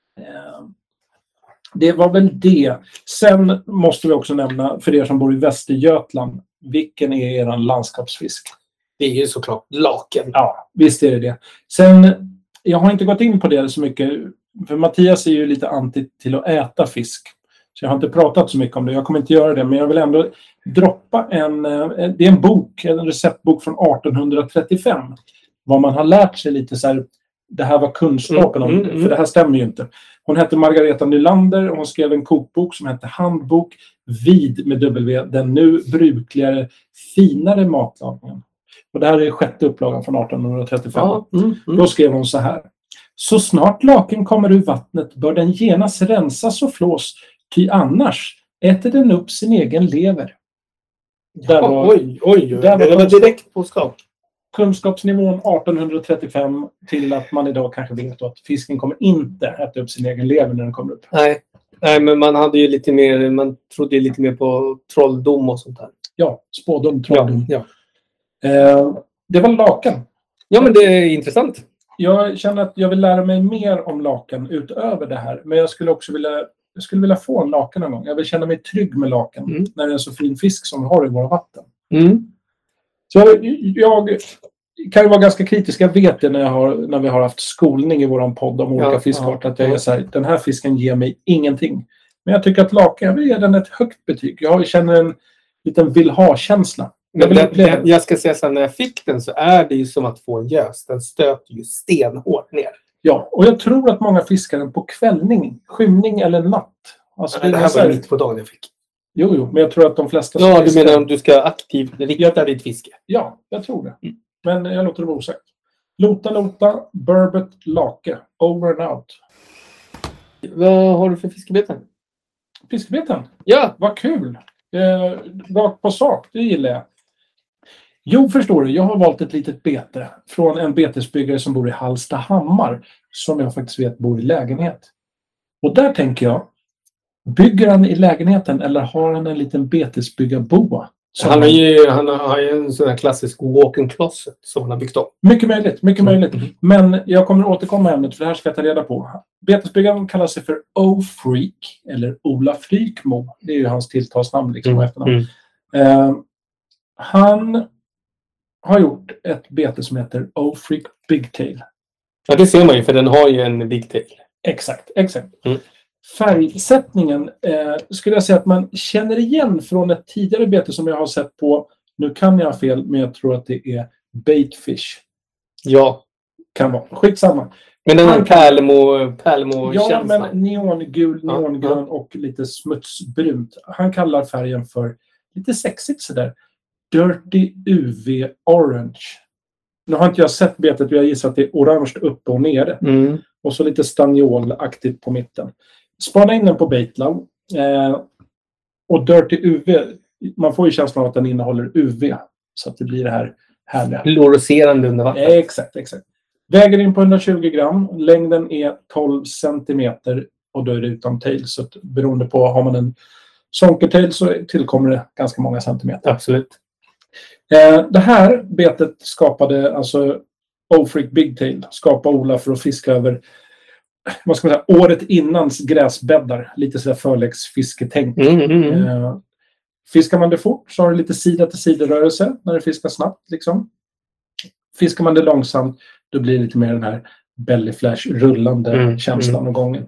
Det var väl det. Sen måste vi också nämna, för er som bor i Västergötland, vilken är er landskapsfisk? Det är ju såklart laken. Ja, visst är det. Sen, jag har inte gått in på det så mycket, för Mattias är ju lite anti till att äta fisk. Så jag har inte pratat så mycket om det. Jag kommer inte göra det, men jag vill ändå droppa det är en bok, en receptbok från 1835. Vad man har lärt sig lite så här, det här var kunskapen om, för det här stämmer ju inte. Hon hette Margareta Nylander och hon skrev en kokbok som hette Handbok vid med W, den nu brukligare, finare matlagningen. Och det här är 6:e upplagan från 1835. Då skrev hon så här. Så snart laken kommer ur vattnet bör den genast rensas och flås, ty annars äter den upp sin egen lever. Oj. Det var direkt på skak. kunskapsnivån 1835 till att man idag kanske vet att fisken kommer inte äta upp sin egen lever när den kommer upp. Nej, men man hade ju lite mer, man trodde ju lite mer på trolldom och sånt där. Ja, spådom, trolldom. Ja. Det var laken. Ja, men det är intressant. Jag känner att jag vill lära mig mer om laken utöver det här. Men jag skulle också vilja få en laken någon gång. Jag vill känna mig trygg med laken när det är en så fin fisk som vi har i våra vatten. Så jag kan ju vara ganska kritisk. Jag vet det när vi har haft skolning i våran podd om olika fiskarter. Att jag är så här, den här fisken ger mig ingenting. Men jag tycker att laken, jag vill ge den ett högt betyg. Jag känner en liten vill-ha-känsla. Jag ska säga så här, när jag fick den så är det ju som att få en gös. Den stöter ju stenhårt ner. Ja, och jag tror att många fiskar den på kvällning, skymning eller natt. Alltså, det här var mitt på dagen jag fick. Jo, men jag tror att de flesta... Ja, du menar om du ska aktivt rikta ditt fiske? Ja, jag tror det. Men jag låter det vara osagt. Lota, burbot, lake. Over and out. Vad har du för fiskebeten? Fiskebeten? Ja. Vad kul. Rakt på sak, det gillar jag. Jo, förstår du, jag har valt ett litet bete från en betesbyggare som bor i Hallstahammar, som jag faktiskt vet bor i lägenhet. Och där tänker jag, bygger han i lägenheten eller har han en liten betesbyggarboa? Han har ju en sån här klassisk walk-in closet som han har byggt upp. Mycket möjligt. Men jag kommer att återkomma i ämnet för det här ska jag ta reda på. Betesbyggaren kallar sig för O-Freak eller Ola Frykmo. Det är ju hans tilltalsnamn liksom efternamn. Han har gjort ett bete som heter O-Freak Bigtail. Ja, det ser man ju för den har ju en Bigtail. Exakt. Färgsättningen skulle jag säga att man känner igen från ett tidigare bete som jag har sett på, nu kan jag ha fel, men jag tror att det är baitfish. Ja. Kan vara. Skitsamma. Men den här pärlemo ja, men neongrön och lite smutsbrunt. Han kallar färgen för lite sexigt sådär. Dirty UV Orange. Nu har inte jag sett betet, jag gissar att det är orange uppe och nere. Och så lite staniolaktigt på mitten. Spana in den på Baitlove. Och Dirty UV, man får ju känslan av att den innehåller UV. Så att det blir det här härliga. Fluorescerande under vattnet. Exakt. Väger in på 120 gram. Längden är 12 centimeter. Och då är det utan tail. Så att beroende på, har man en sonkertail så tillkommer det ganska många centimeter. Absolut. Det här betet skapade, alltså O-Freak Bigtail, skapade Ola för att fiska över, vad ska man säga, året innans gräsbäddar. Lite sådär förläggsfisketänk. Fiskar man det fort så har det lite sida till siderörelse när det fiskar snabbt liksom. Fiskar man det långsamt då blir det lite mer den här belly flash rullande känslan och gången.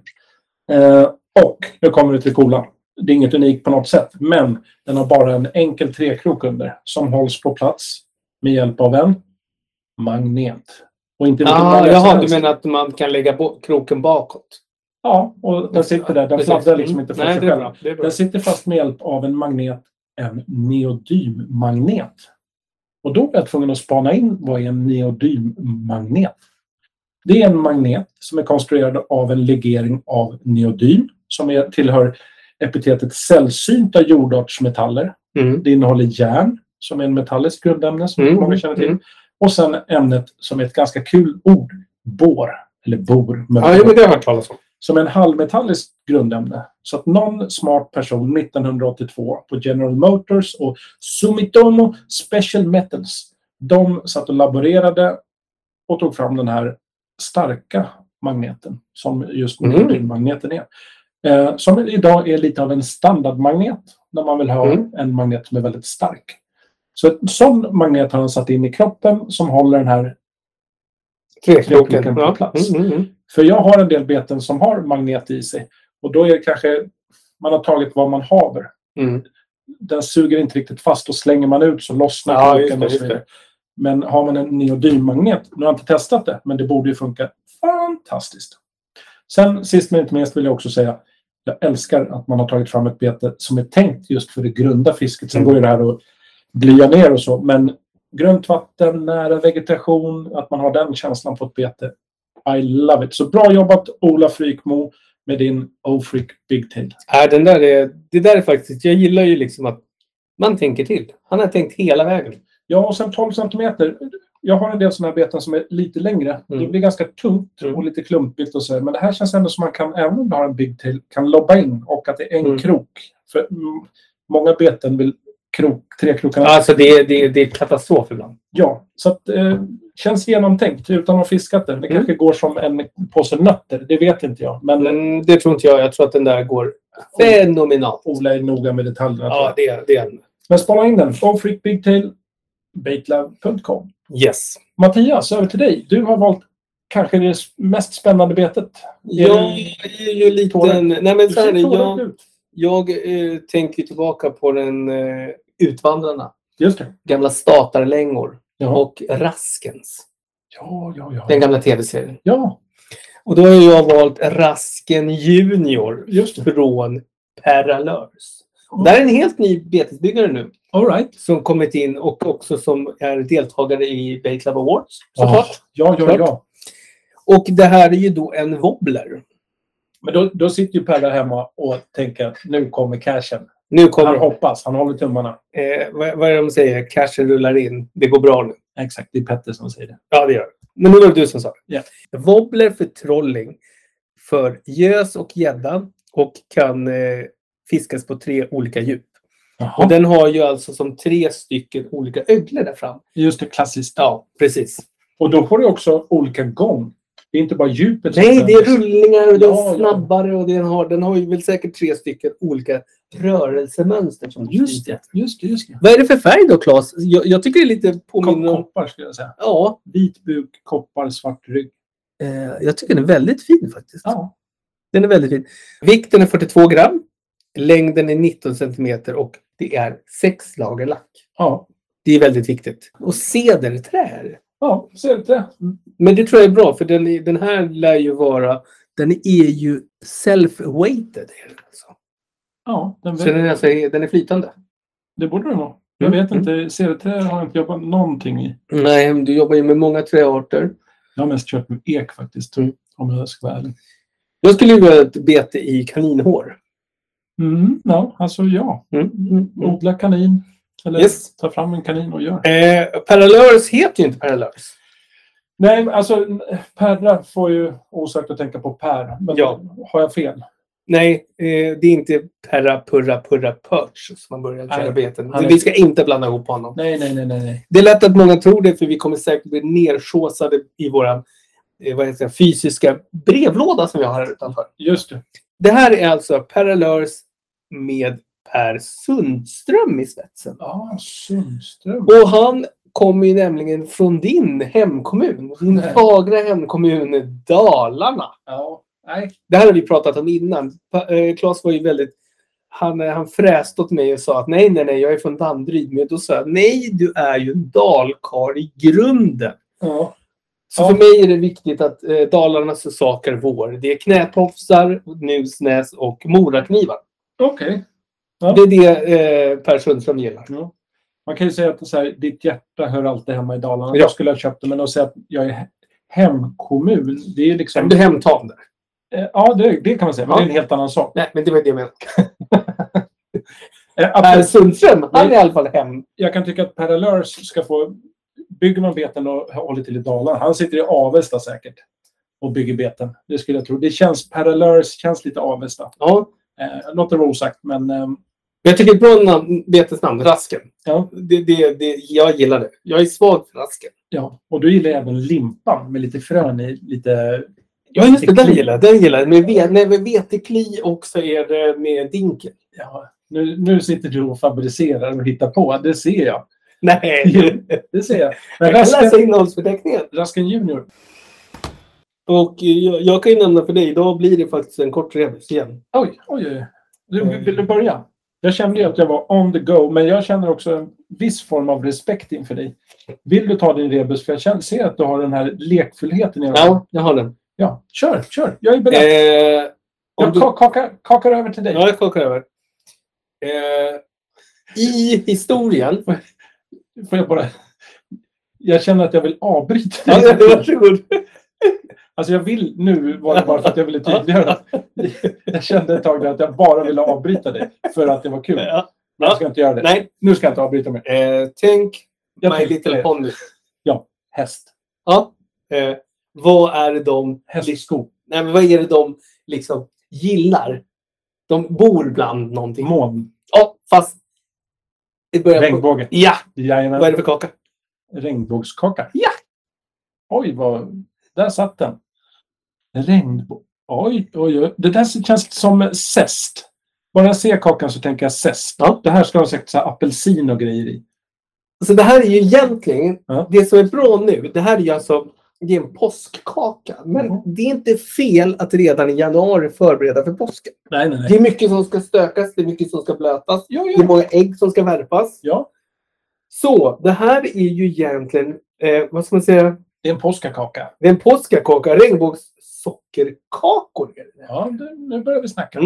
Och nu kommer det till coola. Det är inget unikt på något sätt, men den har bara en enkel trekrok under som hålls på plats med hjälp av en magnet. Och inte du menar att man kan lägga kroken bakåt? Ja, och den sitter där. Den fladdrar liksom inte för sig själv. Den sitter fast med hjälp av en magnet, en neodymmagnet. Och då är jag tvungen att spana in vad är en neodymmagnet. Det är en magnet som är konstruerad av en legering av neodym som tillhör epitetet sällsynta jordartsmetaller. Det innehåller järn som är en metallisk grundämne som många känner till. Och sen ämnet som är ett ganska kul ord, bor. Eller bor. Ja, men det har jag hört talas om. Som är en halvmetallisk grundämne. Så att någon smart person 1982 på General Motors och Sumitomo Special Metals, de satt och laborerade och tog fram den här starka magneten som just neodymmagneten är. Som idag är lite av en standardmagnet när man vill ha en magnet som är väldigt stark. Så en sån magnet har han satt in i kroppen som håller den här trekroken på plats. För jag har en del beten som har magnet i sig. Och då är det kanske, man har tagit vad man haver. Den suger inte riktigt fast och slänger man ut så lossnar kroken och så vidare. Men har man en neodymmagnet, nu har jag inte testat det, men det borde ju funka fantastiskt. Sen sist men inte minst vill jag också säga, jag älskar att man har tagit fram ett bete som är tänkt just för det grunda fisket. Sen går ju det här att blya ner och så, men grunt vatten, nära vegetation, att man har den känslan på ett bete. I love it. Så bra jobbat Ola Frykmo med din O-Freak Bigtail. Det där är faktiskt, jag gillar ju liksom att man tänker till. Han har tänkt hela vägen. Ja, och sen 12 centimeter. Jag har en del sådana här beten som är lite längre. Det blir ganska tungt och lite klumpigt och så. Men det här känns ändå som man kan, även om du har en bigtail, kan lobba in och att det är en krok. För många beten vill tre krokarna. Alltså det är katastrof ibland. Ja, så att känns genomtänkt utan att ha fiskat det. Det kanske går som en påse nötter, det vet inte jag. Men det tror inte jag. Jag tror att den där går fenomenalt. Ola är noga med detaljerna. Ja, det är. Men spana in den. Freak Bigtail, baitlove.com. Yes. Mattias, över till dig. Du har valt kanske det mest spännande betet. Jag är ju lite... Nej, men så här, jag tänker tillbaka på den Utvandrarna. Just det. Gamla statarlängor. Ja. Och Raskens. Ja. Den gamla tv-serien. Ja. Och då har jag valt Rasken Junior. Just det. Från Parallurs. Det här är en helt ny betesbyggare nu. All right. Som kommit in och också som är deltagare i Baitlove Awards. Såklart. Ja. Och det här är ju då en wobbler. Men då sitter ju Per där hemma och tänker att nu kommer cashen. Han hoppas, han håller tummarna. Vad är det de säger? Cashen rullar in. Det går bra nu. Exakt, det är Petter som säger det. Ja, det gör det. Men nu var det du som sa det. Yeah. Wobbler för trolling för gös och gädda och kan fiskas på 3 olika djup. Jaha. Och den har ju alltså som 3 stycken olika öglor där fram. Just det, klassiskt. Ja, precis. Och då får du också olika gång. Det är inte bara djupet. Nej, det är rullningar och den är snabbare och den har ju väl säkert 3 stycken olika rörelsemönster. Som just det. Vad är det för färg då, Claes? Jag tycker det är lite påminner. Koppar skulle jag säga. Ja. Vit buk, koppar, svart rygg. Jag tycker den är väldigt fin faktiskt. Ja. Den är väldigt fin. Vikten är 42 gram. Längden är 19 centimeter och det är 6 lager lack. Ja. Det är väldigt viktigt. Och cederträ. Ja, cederträ. Men det tror jag är bra för den här lär ju vara... Den är ju self-weighted. Alltså. Ja, så den är flytande. Det borde den vara. Jag vet inte, cederträ har jag inte jobbat någonting i. Nej, du jobbar ju med många träarter. Jag har mest kört med ek faktiskt, om jag ska vara ärlig. Jag skulle ju vilja ett bete i kaninhår. Ja, alltså ja. Odla kanin. Eller ta fram en kanin och gör. Parallurs heter ju inte Parallurs. Nej, alltså Perra får ju osökt att tänka på Per. Men har jag fel? Nej, det är inte Perra, Purra, Perch som man börjar köra beten. Vi ska inte blanda ihop honom. Nej. Det är lätt att många tror det för vi kommer säkert bli nersåsade i våra fysiska brevlåda som vi har här utanför. Just det. Det här är alltså Parallurs med Per Sundström i spetsen. Ja, Sundström. Och han kommer ju nämligen från din hemkommun. Din fagra hemkommun Dalarna. Ja, nej. Det här har vi pratat om innan. Claes var ju väldigt... Han fräste åt mig och sa att nej, jag är från Danderyd. Men då sa jag, nej, du är ju en dalkar i grunden. Ja. Så för mig är det viktigt att Dalarnas saker vår. Det är knätofsar, nusnäs och moraknivar. Okej. Ja. Det är det Per Sundström gillar. Ja. Man kan ju säga att så här, ditt hjärta hör alltid hemma i Dalarna. Ja. Jag skulle ha köpt det, men att säga att jag är hemkommun, det är liksom... Du är hemtam där. Ja, det kan man säga. Men det är en helt annan sak. Nej, men det var det jag menade. Per Sundström, han är i alla fall hem. Jag kan tycka att Parallurs ska få... Bygger man beten och håller till i Dalarna. Han sitter i Avesta säkert. Och bygger beten. Det skulle jag tro. Det känns... Parallurs känns lite Avesta. Ja. Låter det osagt, men... Jag tycker det är ett bra betesnamn, Rasken. Ja. Jag gillar det. Jag är svag för Rasken. Ja, och du gillar även limpan med lite frön i, lite... Ja, just det, den gillar jag. Med vetekli och så är det med dinkel. Ja, nu sitter du och fabricerar och hittar på. Det ser jag. Nej, det ser jag. Men jag kan läsa innehållsförteckningen. Rasken Junior. Och jag kan ju nämna för dig, idag blir det faktiskt en kort rebus igen. Oj. Vill du börja? Jag kände ju att jag var on the go, men jag känner också en viss form av respekt inför dig. Vill du ta din rebus? För jag ser att du har den här lekfullheten i ögonen. Ja, jag har den. Ja, kör. Jag är beredd. Jag kakar över till dig. Ja, jag kakar över. I historien... Får jag bara... Jag känner att jag vill avbryta. Ja, varsågod. Alltså jag vill nu, var det bara för att jag ville tydliggöra. Jag kände ett tag att jag bara ville avbryta dig för att det var kul. Ja. Men jag ska inte göra det. Nej. Nu ska jag inte avbryta mig. Tänk My Little Pony. Ja, häst. Ja. Vad är det de... Hästsko. Nej, men vad är det de liksom gillar? De bor bland någonting. Mån. Ja, fast... Regnbåge. Ja. Jajamän. Vad är det för kaka? Regnbågskaka. Ja. Oj, där satt den. Regnbåg. Oj. Det där känns som zest. Bara jag ser kakan så tänker jag zest. Ja. Det här ska ha säkert så här apelsin och grejer i. Så det här är ju egentligen... Ja. Det som är bra nu, det här är ju alltså... Det är en påskkaka. Men det är inte fel att redan i januari förbereda för påsken. Nej. Det är mycket som ska stökas. Det är mycket som ska blötas. Ja. Det är många ägg som ska värpas. Ja. Så, det här är ju egentligen... vad ska man säga? Det är en påskakaka. Det är en påskakaka. Regnbågssockerkakor. Ja, nu börjar vi snacka.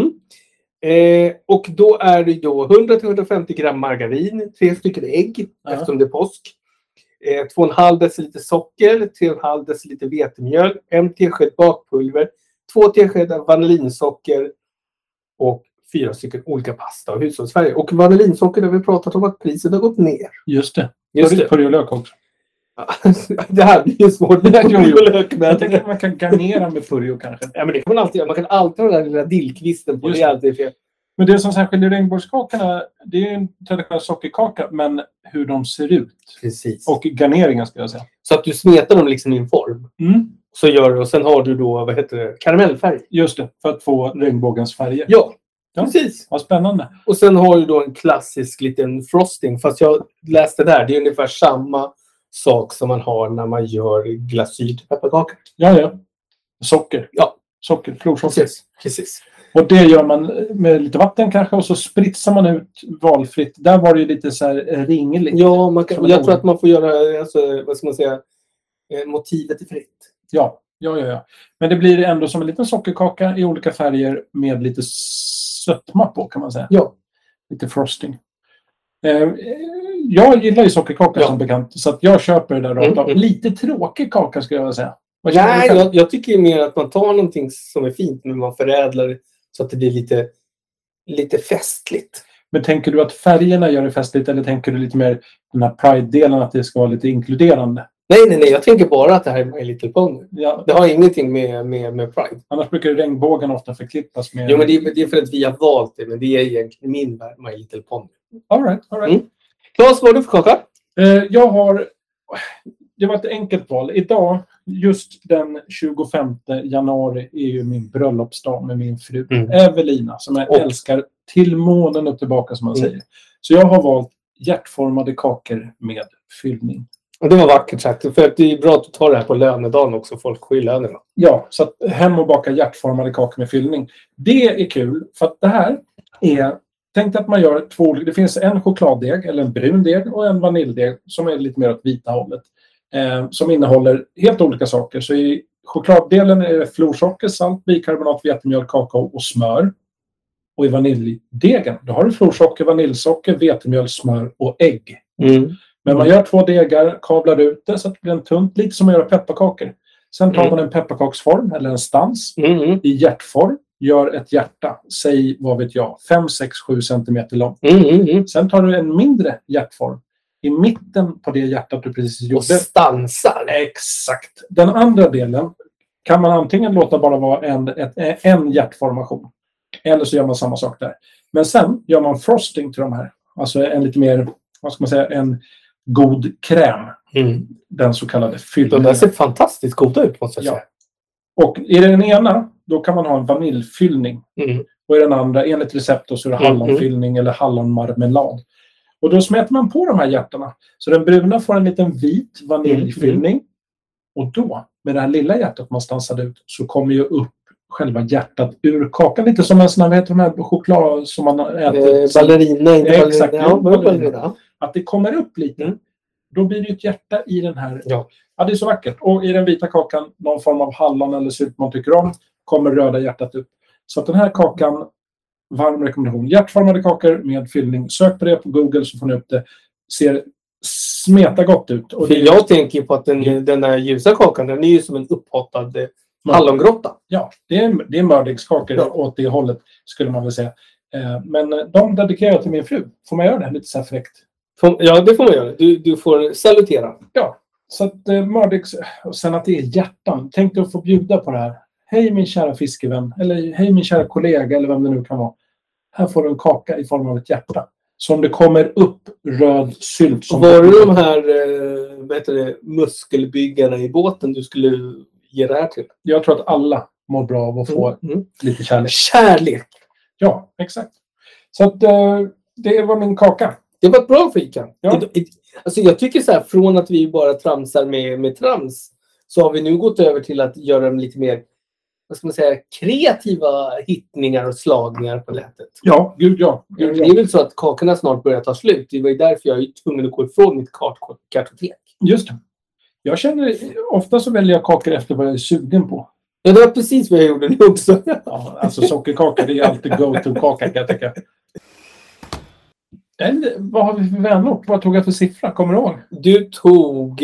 Och då är det då 100-150 gram margarin. 3 stycken ägg. Eftersom det är påsk. 2,5 deciliter socker, 3,5 deciliter vetemjöl, 1 tesked bakpulver, 2 teskedar vanillinsocker och 4 stycken olika pasta och hushållsfärger. Och vanillinsocker har vi pratat om att priset har gått ner. Just det. Purjolök också. Det här blir ju svårt med purjolök. Jag tänker att man kan garnera med purjo kanske. Ja, men det kan man alltid göra. Man kan alltid ha den där lilla dillkvisten på. Det är alltid fel. Men det som skiljer regnbågskakorna, det är en traditionell sockerkaka, men hur de ser ut. Precis. Och garneringen ska jag säga. Så att du smetar dem liksom i en form. Så gör du, och sen har du då, karamellfärg. Just det, för att få regnbågens färger. Ja, precis. Vad spännande. Och sen har du då en klassisk liten frosting. Fast jag läste där, det är ungefär samma sak som man har när man gör glasyr till pepparkakor. Ja. Socker. Ja. Socker, florsocker. Precis. Och det gör man med lite vatten kanske, och så spritsar man ut valfritt. Där var det ju lite så här ringligt. Ja, jag tror att man får göra, alltså, vad ska man säga, motivet är fritt. Ja. Men det blir ändå som en liten sockerkaka i olika färger med lite sötma på, kan man säga. Ja. Lite frosting. Jag gillar ju sockerkaka som bekant, så att jag köper det där rakt av. Lite tråkig kaka skulle jag vilja säga. Nej, jag tycker mer att man tar någonting som är fint, men man förädlar det så att det blir lite festligt. Men tänker du att färgerna gör det festligt, eller tänker du lite mer den här Pride-delen, att det ska vara lite inkluderande? Nej. Jag tänker bara att det här är My Little Pony. Ja. Det har ingenting med Pride. Annars brukar regnbågen ofta förklippas med... Jo, men det är för att vi har valt det. Men det är egentligen min värld, My Little Pony. All right. Claes, vad har du för kaka? Det var ett enkelt val. Idag, just den 25 januari, är ju min bröllopsdag med min fru Evelina, som jag älskar till månen och tillbaka, som man säger. Så jag har valt hjärtformade kakor med fyllning. Och det var vackert sagt, för att det är bra att du tar det här på lönedagen också, folk får ju lönerna. Ja, så att hem och baka hjärtformade kakor med fyllning. Det är kul, för att det här är... Tänk att man gör två olika... Det finns en chokladdeg, eller en brun deg, och en vaniljdeg som är lite mer åt vita hållet. Som innehåller helt olika saker. Så i chokladdelen är det florsocker, salt, bikarbonat, vetemjöl, kakao och smör. Och i vaniljdegen, då har du florsocker, vaniljsocker, vetemjöl, smör och ägg. Men man gör 2 degar, kablar ut det så att det blir en tunt, lite som att göra pepparkakor. Sen tar man en pepparkaksform, eller en stans, i hjärtform. Gör ett hjärta, säg vad vet jag, 5, 6, 7 centimeter lång. Sen tar du en mindre hjärtform i mitten på det hjärtat du precis gjorde. Och stansar. Exakt. Den andra delen kan man antingen låta bara vara en hjärtformation. Eller så gör man samma sak där. Men sen gör man frosting till de här. Alltså en lite mer, vad ska man säga, en god kräm. Den så kallade fyllningen. De där ser fantastiskt goda ut, måste jag säga. Och i den ena, då kan man ha en vaniljfyllning. Och i den andra, enligt recept, så är det hallonfyllning eller hallonmarmelad. Och då smäter man på de här hjärtarna. Så den bruna får en liten vit vaniljfyllning. Och då, med det här lilla hjärtat man stansade ut, så kommer ju upp själva hjärtat ur kakan. Lite som en sån här, vad heter de här choklad som man äter? Ballerina. Exakt. Ballerina. Att det kommer upp lite. Då blir det ett hjärta i den här. Ja, det är så vackert. Och i den vita kakan, någon form av hallon eller sylt man tycker om, kommer röda hjärtat upp. Så att den här kakan, varm rekommendation. Hjärtformade kakor med fyllning. Sök på det på Google så får ni upp det. Ser smeta gott ut. Och jag tänker på att den här ljusa kakan, den är ju som en upphottad hallongrotta. Ja, det är mördegskakor åt det hållet, skulle man väl säga. Men de dedikerar till min fru. Får man göra det lite så här fräckt? Ja, det får man göra. Du får salutera. Ja, så att Mardix, och sen att det är hjärtan. Tänk dig att få bjuda på det här. Hej min kära fiskevän, eller hej min kära kollega, eller vem det nu kan vara. Här får du en kaka i form av ett hjärta. Så om det kommer upp röd sylt. Som var det de här muskelbyggarna i båten du skulle ge det här till? Jag tror att alla mår bra av att få lite kärlek. Kärlek! Ja, exakt. Så att det var min kaka. Det var ett bra fika. Ja. Alltså jag tycker så här, från att vi bara tramsar med trams, så har vi nu gått över till att göra dem lite mer, vad ska man säga, kreativa hittningar och slagningar på nätet. Ja, gud ja. Det är väl så att kakorna snart börjar ta slut. Det var ju därför jag är tvungen att gå ifrån mitt kartotek. Just det. Jag känner, ofta så väljer jag kakor efter vad jag är sugen på. Ja, det var precis vad jag gjorde nu också. Ja, alltså sockerkaka, det är alltid go-to-kaka kan jag tycka. Vad har vi för vänort? Vad tog jag för siffra? Kommer du ihåg? Du tog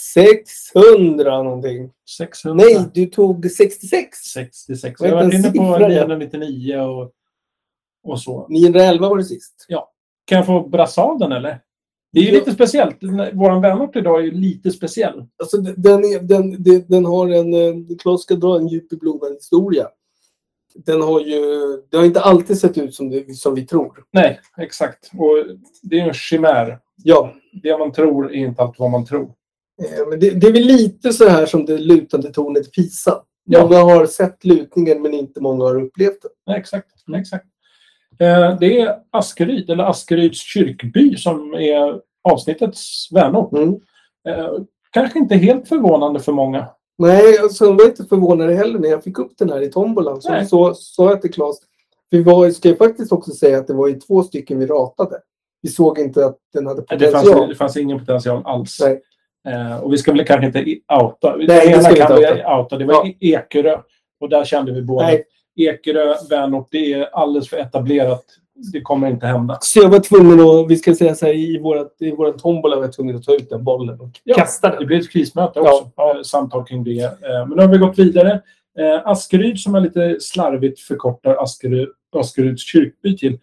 600 någonting. 600? Nej, du tog 66. 66. Jag var inne på 999 och så. 911 var det sist. Ja. Kan jag få brassa av den eller? Det är ju lite speciellt. Våran vänort idag är ju lite speciell. Alltså den har en... Claes ska dra en djup i bloden historia. Den har ju... Det har inte alltid sett ut som vi tror. Nej, exakt. Och det är en chimär. Ja. Det man tror är inte allt vad man tror. Men det är väl lite så här som det lutande tornet i Pisa. Ja. Många har sett lutningen men inte många har upplevt det. Nej, exakt. Exakt. Det är Askeryd, eller Askeryds kyrkby, som är avsnittets vänort. Kanske inte helt förvånande för många. Nej, alltså, jag var inte förvånad heller när jag fick upp den här i tombolan. Så sa jag till Claes. Vi ska jag faktiskt också säga att det var ju 2 stycken vi ratade. Vi såg inte att den hade potential. Det fanns ingen potential alls. Nej. Och vi ska väl kanske inte outa. Nej, det ska vi inte outa. Det var Ekerö. Och där kände vi båda. Nej. Ekerö, vänort, det är alldeles för etablerat. Det kommer inte hända. Så jag var tvungen att, vi ska säga så här, i våran tombola var jag tvungen att ta ut den bollen och kasta den. Det blir ett krismöte också. Samtal kring det. Men nu har vi gått vidare. Askeryd, som är lite slarvigt förkortar Askeryds kyrkby till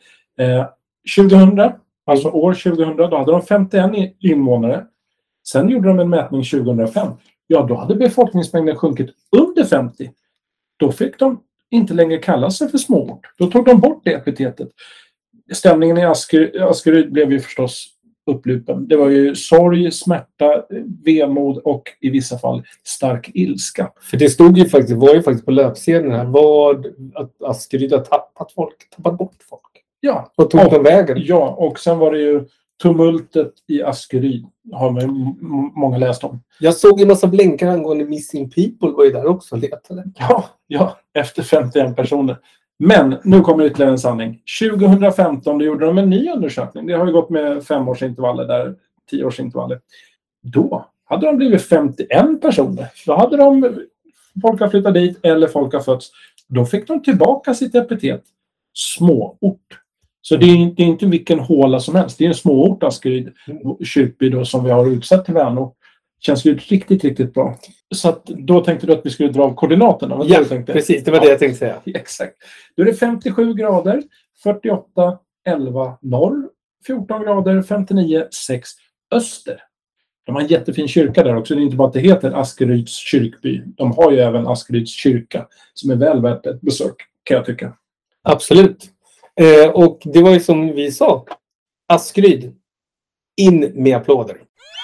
2000, alltså år 2000, då hade de 51 invånare. Sen gjorde de en mätning 2005. Ja, då hade befolkningsmängden sjunkit under 50. Då fick de inte längre kalla sig för småort. Då tog de bort det epitetet. Stämningen i Askeryd blev ju förstås upplupen. Det var ju sorg, smärta, vemod och i vissa fall stark ilska. För det var ju faktiskt på löpsedeln här att Askeryd har tappat bort folk. Ja. Och tog den vägen. Ja, och sen var det ju tumultet i Askeryd, har man många läst om. Jag såg en massa blänkar angående Missing People var ju där också och letade. Ja, efter 51 personer. Men nu kommer ytterligare en sanning. 2015 då gjorde de en ny undersökning. Det har ju gått med 5-årsintervaller, 10-årsintervaller. Då hade de blivit 51 personer. Då hade folk har flyttat dit eller folk har fötts. Då fick de tillbaka sitt epitet. Småort. Så det är inte vilken håla som helst. Det är en småort, Askeryd kyrkby då, som vi har utsett till vänort. Känns ju riktigt, riktigt bra. Så att då tänkte du att vi skulle dra av koordinaterna. Ja, precis. Det var det jag tänkte säga. Exakt. Då är det 57 grader, 48, 11 norr, 14 grader, 59, 6 öster. De har en jättefin kyrka där också. Det är inte bara att det heter Askeryds kyrkby. De har ju även Askeryds kyrka som är väl värt ett besök, kan jag tycka. Absolut. Och det var ju som vi sa. Askeryd. In med applåder.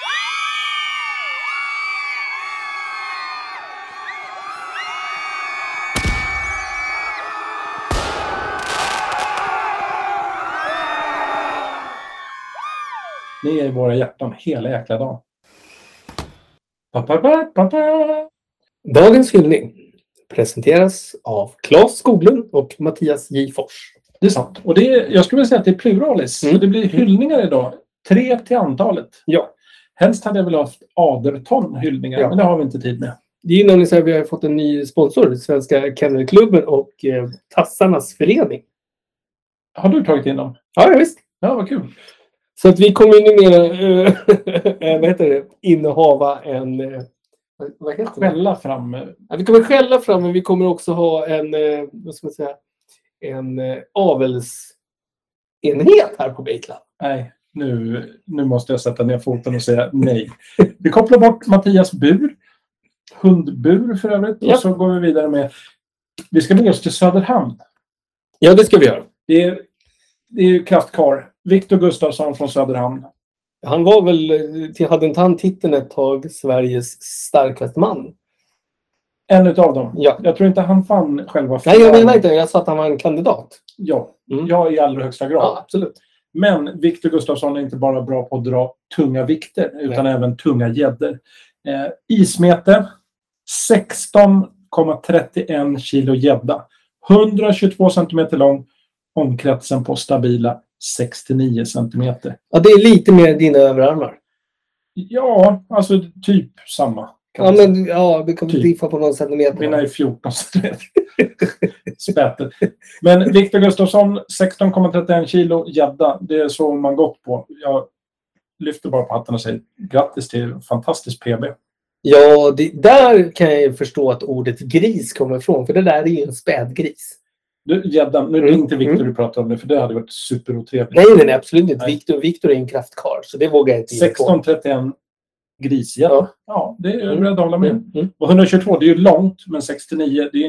Ni är i våra hjärtan hela jäkla dagen. Dagens hyllning presenteras av Claes Skoglund och Mattias J. Fors. Det är sant. Och jag skulle vilja säga att det är pluralis. Det blir hyllningar idag. 3 till antalet. Ja. Helst hade jag väl haft aderton hyllningar, men det har vi inte tid med. Det är ju nämligen så att vi har fått en ny sponsor, Svenska Kennelklubben och Tassarnas förening. Har du tagit in dem? Ja, visst. Ja, vad kul. Så att vi kommer numera innehava en... Vad heter det? Skälla fram. Ja, vi kommer skälla fram, men vi kommer också ha en avelsenhet här på Baitlab. Nej, Nu måste jag sätta ner foten och säga nej. Vi kopplar bort Mattias bur. Hundbur för övrigt. Ja. Och så går vi vidare med... Vi ska bege oss till Söderhamn. Ja, det ska vi göra. Det är ju kraftkar. Viktor Gustafsson från Söderhamn. Han var väl... Hade inte han titeln ett tag Sveriges starkaste man? En utav dem. Ja. Jag tror inte han fann själva... Nej, jag menar inte. Jag sa att han var en kandidat. Ja, i allra högsta grad. Ja, absolut. Men Viktor Gustafsson är inte bara bra på att dra tunga vikter utan även tunga gäddor. Ismete 16,31 kilo gädda. 122 centimeter lång. Omkretsen på stabila 69 centimeter. Ja, det är lite mer dina överarmar. Ja, alltså typ samma. Ja, men vi kommer diffa på någon centimeter. Mina är 14 centimeter. Spätet. Men Viktor Gustafsson 16,31 kilo gädda. Det är så man gått på. Jag lyfter bara på hatten och säger grattis till fantastisk PB. Ja, där kan jag förstå att ordet gris kommer ifrån. För det där är ju en spädgris. Gäddan, nu är det inte Viktor du pratar om det. För det hade varit superotrevligt. Nej, absolut inte. Viktor är en kraftkar. Så det vågar jag inte ge på. 16,31 grisgädda. Ja, det är jag beredd att hålla med. Och 122, det är ju långt. Men 69, det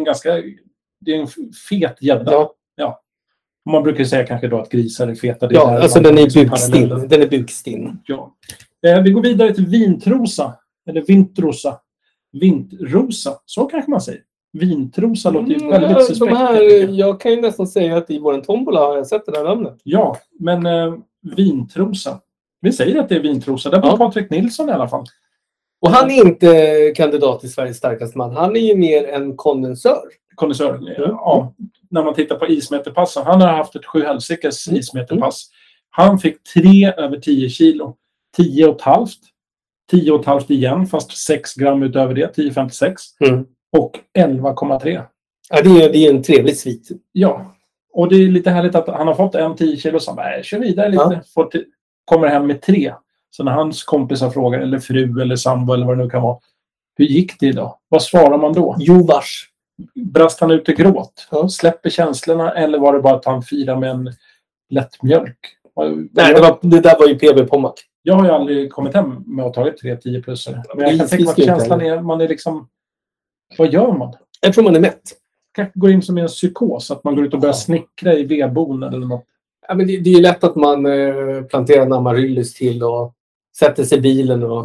är en fet gädda. Ja. Man brukar säga kanske då att grisar är feta. Det är alltså den är bukstinn. Ja. Vi går vidare till Vintrosa. Eller Vintrosa. Vintrosa, så kanske man säger. Vintrosa låter ju väldigt suspekt. Jag kan ju nästan säga att i vår tombola har jag sett det där namnet. Ja, men Vintrosa. Vi säger att det är Vintrosa. Det var Patrik Nilsson i alla fall. Och han är inte kandidat till Sveriges starkaste man. Han är ju mer en kondensör. Ja. När man tittar på ismeterpassen. Han har haft ett 7 helsikes ismeterpass. Han fick 3 över 10 kilo. 10,5. 10,5 igen, fast 6 gram utöver det. 10,56. Och 11,3. Ja, det är en trevlig svit. Ja, och det är lite härligt att han har fått en 10 kilo och så kör vidare lite. Kommer hem med 3. Så när hans kompisar frågar, eller fru eller sambo eller vad det nu kan vara. Hur gick det idag? Vad svarar man då? Jo, vars. Brast han ut i gråt? Släpper känslorna? Eller var det bara att han firar med en lätt mjölk? Nej, det där var ju PB-pommack. Jag har ju aldrig kommit hem med att ha tagit 3-10 plussare. Men jag kan tänka mig att känslan är, man är liksom... Vad gör man? Jag tror man är mätt. Kanske går in som i en psykos. Att man går ut och börjar snickra i vedbon eller något. Ja, men det är ju lätt att man planterar en amaryllis till och sätter sig i bilen. Och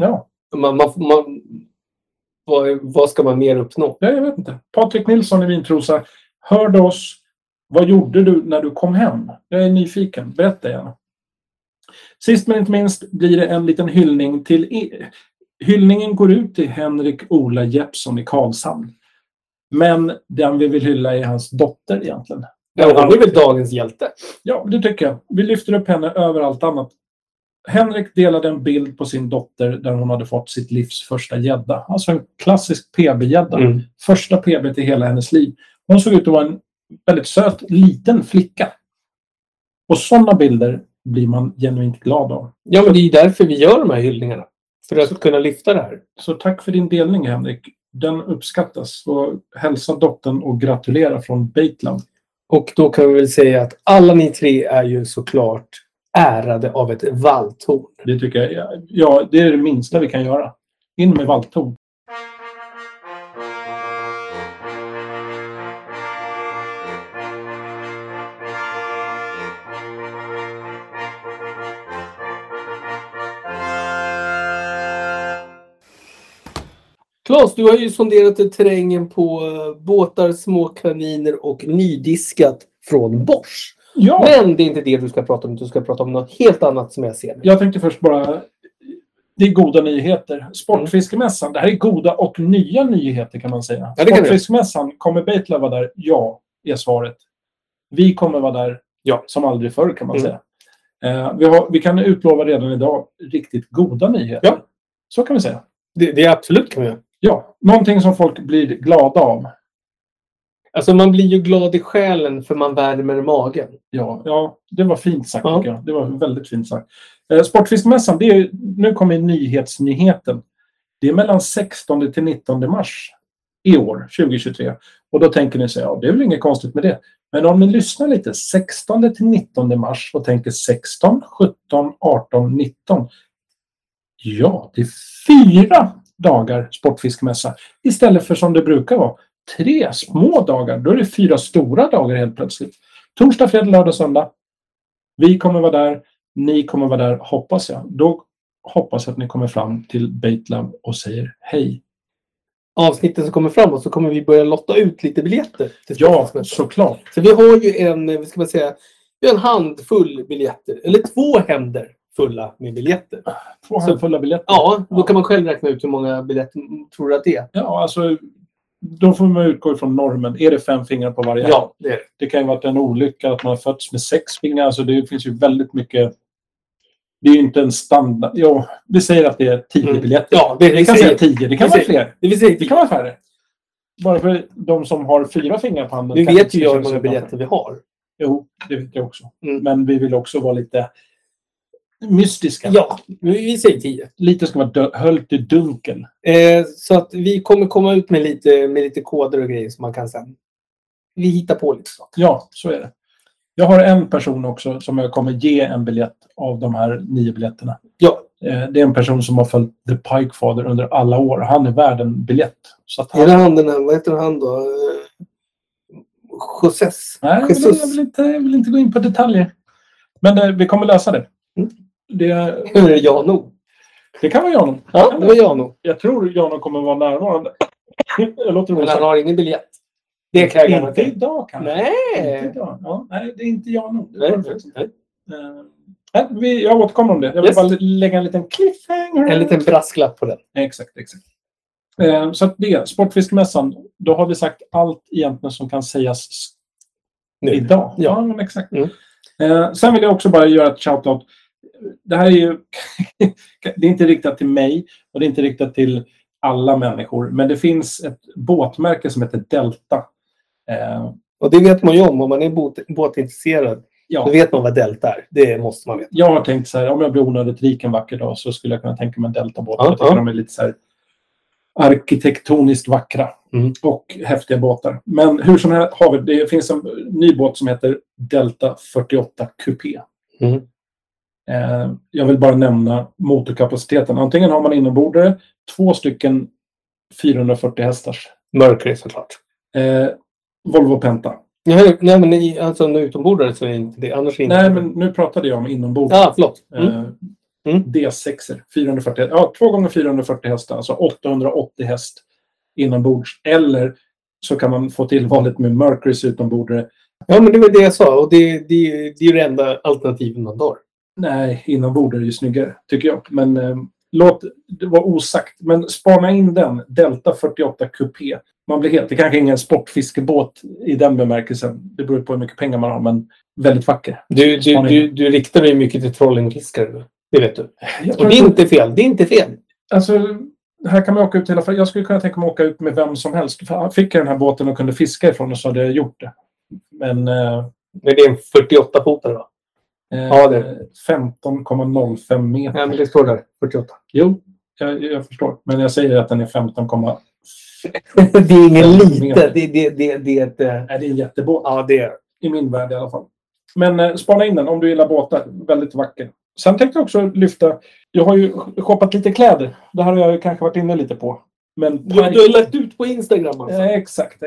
vad ska man mer uppnå? Ja, jag vet inte. Patrik Nilsson i Vintrosa hörde oss. Vad gjorde du när du kom hem? Jag är nyfiken. Berätta gärna. Sist men inte minst blir det en liten hyllning till... Hyllningen går ut till Henrik Ola Jeppsson i Karlshamn. Men den vi vill hylla är hans dotter egentligen. Ja, hon är väl dagens hjälte? Ja, det tycker jag. Vi lyfter upp henne över allt annat. Henrik delade en bild på sin dotter där hon hade fått sitt livs första gädda. Alltså en klassisk PB-gädda. Första PB till hela hennes liv. Hon såg ut att vara en väldigt söt, liten flicka. Och sådana bilder blir man genuint glad av. Ja, men det är därför vi gör de här hyllningarna. För att kunna lyfta det här. Så tack för din delning, Henrik. Den uppskattas. Och hälsa dottern och gratulera från Baitland. Och då kan vi väl säga att alla ni 3 är ju såklart ärade av ett valthorn. Det tycker jag. Ja, det är det minsta vi kan göra. In med valthorn. Claes, du har ju sonderat terrängen på båtar, små kaniner och nydiskat från Bosch. Ja. Men det är inte det du ska prata om. Du ska prata om något helt annat som jag ser. Jag tänkte först bara... Det är goda nyheter. Sportfiskemässan. Det här är goda och nya nyheter kan man säga. Ja, Sportfiskemässan. Kommer Baitlove vara där? Ja, är svaret. Vi kommer vara där som aldrig förr kan man säga. Vi kan utlova redan idag riktigt goda nyheter. Ja. Så kan vi säga. Det är absolut kan vi göra. Ja, någonting som folk blir glada av. Alltså man blir ju glad i själen för man värmer magen. Ja, det var fint sagt tycker jag. Det var väldigt fint sagt. Sportfiskmässan, nu kommer nyhetsnyheten. Det är mellan 16 till 19 mars i år, 2023. Och då tänker ni sig, det är väl inget konstigt med det. Men om ni lyssnar lite 16 till 19 mars och tänker 16, 17, 18, 19. Ja, det är 4 dagar sportfiskmässa. Istället för som det brukar vara 3 små dagar. Då är det 4 stora dagar helt plötsligt. Torsdag, fredag, lördag, söndag. Vi kommer vara där. Ni kommer vara där, hoppas jag. Då hoppas jag att ni kommer fram till Baitlove och säger hej. Avsnitten som kommer framåt så kommer vi börja lotta ut lite biljetter. Till Ja, såklart. Så vi har ju en handfull biljetter. Eller 2 händer fulla med biljetter. 2 handfulla biljetter? Ja, då kan man själv räkna ut hur många biljetter tror du att det är. Ja, alltså då får man utgå ifrån normen. Är det 5 fingrar på varje hand? Ja, det är det. Det kan ju vara en olycka att man har fötts med 6 fingrar. Alltså det finns ju väldigt mycket. Det är ju inte en standard. Jo, vi säger att det är 10 biljetter. Ja, vi kan säga 10. Det kan vara fler. Det kan vara färre. Bara för de som har 4 fingrar på handen. Nu vet ju jag hur många biljetter vi har. Jo, det vet jag också. Men vi vill också vara lite mystiska. Ja, vi säger 10. Lite ska vara höljt i dunkel. Så att vi kommer komma ut med lite koder och grejer som man kan sen. Vi hittar på lite saker. Ja, så är det. Jag har en person också som jag kommer ge en biljett av de här 9 biljetterna. Ja. Det är en person som har följt The Pike Father under alla år. Han är värd en biljett. Så att är det han den här, vad heter han då? Jesus. Nej, jag vill inte gå in på detaljer. Men vi kommer lösa det. Hur är det Jano? Det kan vara Jano. Ja, det var Jano. Jag tror Jano kommer vara närvarande. Men han har ingen biljett. Det kan jag inte idag kanske. Nej. Inte idag. Ja, nej, det är inte Jano. Jag återkommer om det. Jag vill bara lägga en liten cliffhanger. En liten brasklapp på den. Exakt. Så att det, Sportfiskmässan, då har vi sagt allt egentligen som kan sägas nu. Idag. Ja, men exakt. Sen vill jag också bara göra ett shoutout. Det här är ju det är inte riktat till mig och det är inte riktat till alla människor, men det finns ett båtmärke som heter Delta. Och det vet man ju om man är båtintresserad. Ja. Då vet man vad Delta är. Det måste man veta. Jag har tänkt så här, om jag blir onödigt rik en vacker dag så skulle jag kunna tänka mig en Delta-båt. Jag tycker de är lite så här arkitektoniskt vackra och häftiga båtar. Men hur som helst har vi, det finns en ny båt som heter Delta 48 Coupé. Jag vill bara nämna motorkapaciteten. Antingen har man inombordare 2 stycken 440 hästars. Mercury såklart. Volvo Penta. Nej, men alltså utombordare så är det inte det. Annars inte. Nej, men nu pratade jag om inombordare. Ja, förlåt. D6, 440. Ja, 2 gånger 440 hästar. Alltså 880 häst inombords. Eller så kan man få till vanligt med Mercurys utombordare. Ja, men det var det jag sa. Och det är ju det enda alternativet man har. Nej, inombords är ju snyggare, tycker jag. Men låt det vara osagt. Men spana in den. Delta 48 Coupé. Man blir helt... Det kanske är ingen sportfiskebåt i den bemärkelsen. Det beror på hur mycket pengar man har, men väldigt vacker. Du riktar dig mycket till trollingfiskare. Det vet du. Och det är inte fel. Det är inte fel. Alltså, här kan man åka ut hela... Jag skulle kunna tänka mig åka ut med vem som helst. Fick jag den här båten och kunde fiska ifrån och så hade jag gjort det. Men det är en 48-fotare va? Ja, det är 15,05 meter. Ja, men det står där. 48. Jo, jag förstår. Men jag säger att den är 15, det är ingen lite. Det är en jättebåt. Ja, det är i min värld i alla fall. Men spana in den om du gillar båtar. Väldigt vacker. Sen tänkte jag också lyfta... Jag har ju shoppat lite kläder. Det här har jag kanske varit inne lite på. Men du har lagt ut på Instagram alltså. Exakt.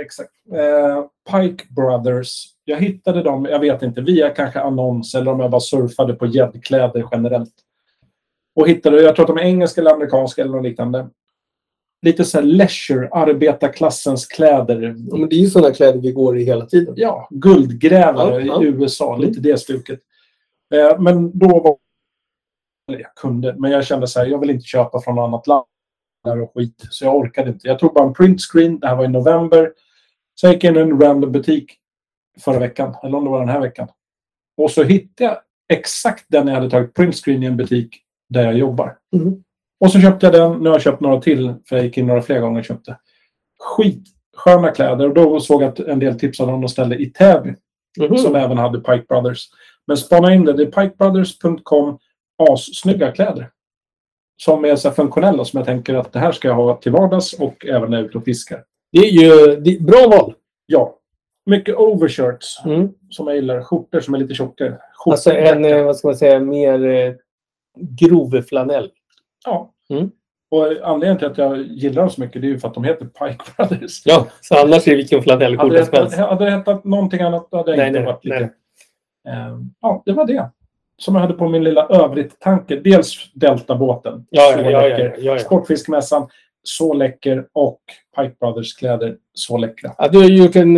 Pike Brothers. Jag hittade dem, jag vet inte, via kanske annons eller om jag bara surfade på gäddkläder generellt. Och hittade, jag tror att de är engelska eller amerikanska eller något liknande. Lite så här leisure, arbetarklassens kläder. Ja, men det är ju sådana kläder vi går i hela tiden. Ja, guldgrävare i USA, lite det stuket. Men då var jag kunde, men jag kände så här, jag vill inte köpa från något annat land och skit, så jag orkade inte. Jag tog bara en printscreen, det här var i november. Så jag gick in i en random butik förra veckan, eller om det var den här veckan. Och så hittade jag exakt den jag hade tagit printscreen i en butik där jag jobbar. Och så köpte jag den, nu har jag köpt några till, för jag gick in några fler gånger och köpte. Skitsköna kläder, och då såg jag att en del tipsade om de ställde i Täby, som även hade Pike Brothers. Men spana in det är pikebrothers.com, assnygga kläder. Som är så funktionella, som jag tänker att det här ska jag ha till vardags och även när jag är ute och fiskar. Det är ju bra val. Ja. mycket overshirts som jag gillar. Skjortor som är lite tjockare. Alltså vad ska man säga, mer grov flanell. Ja. Och anledningen till att jag gillar dem så mycket, det är ju för att de heter Pike Brothers. Ja, så annars är det vilken flanellskjorta som helst. Hade det hetat någonting annat, hade jag inte varit lite... Ja, det var det. Som jag hade på min lilla övrigt tanke. Dels Delta-båten. Ja. Sportfiskmässan. Så läcker. Och Pike Brothers kläder. Så läckra. Ja, du har gjort en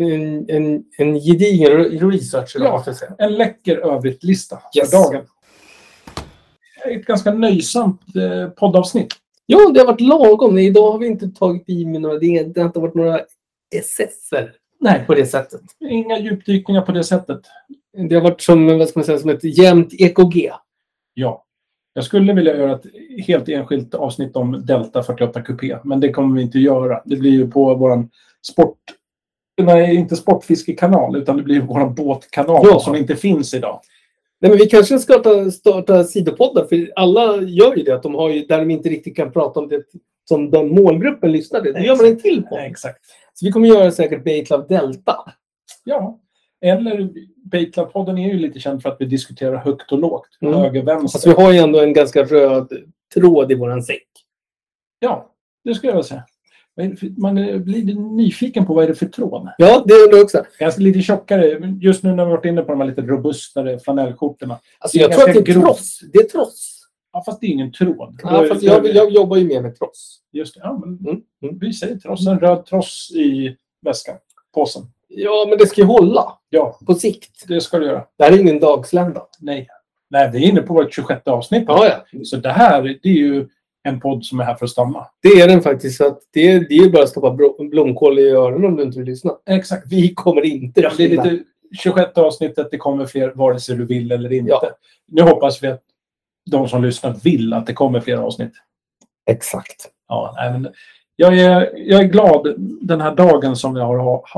gedigen research. Ja, en läcker övrigt-lista för dagen. Ett ganska nöjsamt poddavsnitt. Ja, det har varit lagom. Idag har vi inte tagit i med några... Det har inte varit några essenser. Nej. På det sättet. Inga djupdykningar på det sättet. Det har varit som, vad ska man säga, som ett jämnt EKG. Ja. Jag skulle vilja göra ett helt enskilt avsnitt om Delta 48 Coupé. Men det kommer vi inte göra. Det blir ju på våran inte sportfiskekanal, utan det blir våran båtkanal som inte finns idag. Nej, men vi kanske ska starta sidopoddar, för alla gör ju det. Att de har ju, där de inte riktigt kan prata om det som den målgruppen lyssnade. Det gör man en till på. Exakt. Så vi kommer göra säkert Baitlove Delta. Ja, eller Baitlove-podden är ju lite känd för att vi diskuterar högt och lågt. Höger, vänster. Alltså vi har ju ändå en ganska röd tråd i våran säck. Ja, det skulle jag vilja säga. Man blir nyfiken på vad är det för tråd. Ja, det är det också. Ganska lite tjockare. Just nu när vi har varit inne på de här lite robustare flanellskjortorna. Alltså jag tror att det är tross. Det är tross. Ja, fast det är ingen tråd. Ja, fast jag jobbar ju mer med tross. Just det. Ja, men vi säger tross. En röd tross i väskan. Påsen. Ja, men det ska ju hålla. Ja. På sikt. Det ska det göra. Det här är ingen dagslända. Nej, vi är inne på vårt 26 avsnitt. Ja. Så det här, det är ju en podd som är här för att stanna. Det är den faktiskt. Så att det är bara att stoppa blomkål i öronen om du inte vill lyssna. Exakt. Vi kommer inte. Ja, det är lite 26 avsnittet. Det kommer fler vare sig du vill eller inte. Ja. Nu hoppas vi att de som lyssnar vill att det kommer fler avsnitt. Exakt. Ja, men jag är glad den här dagen som jag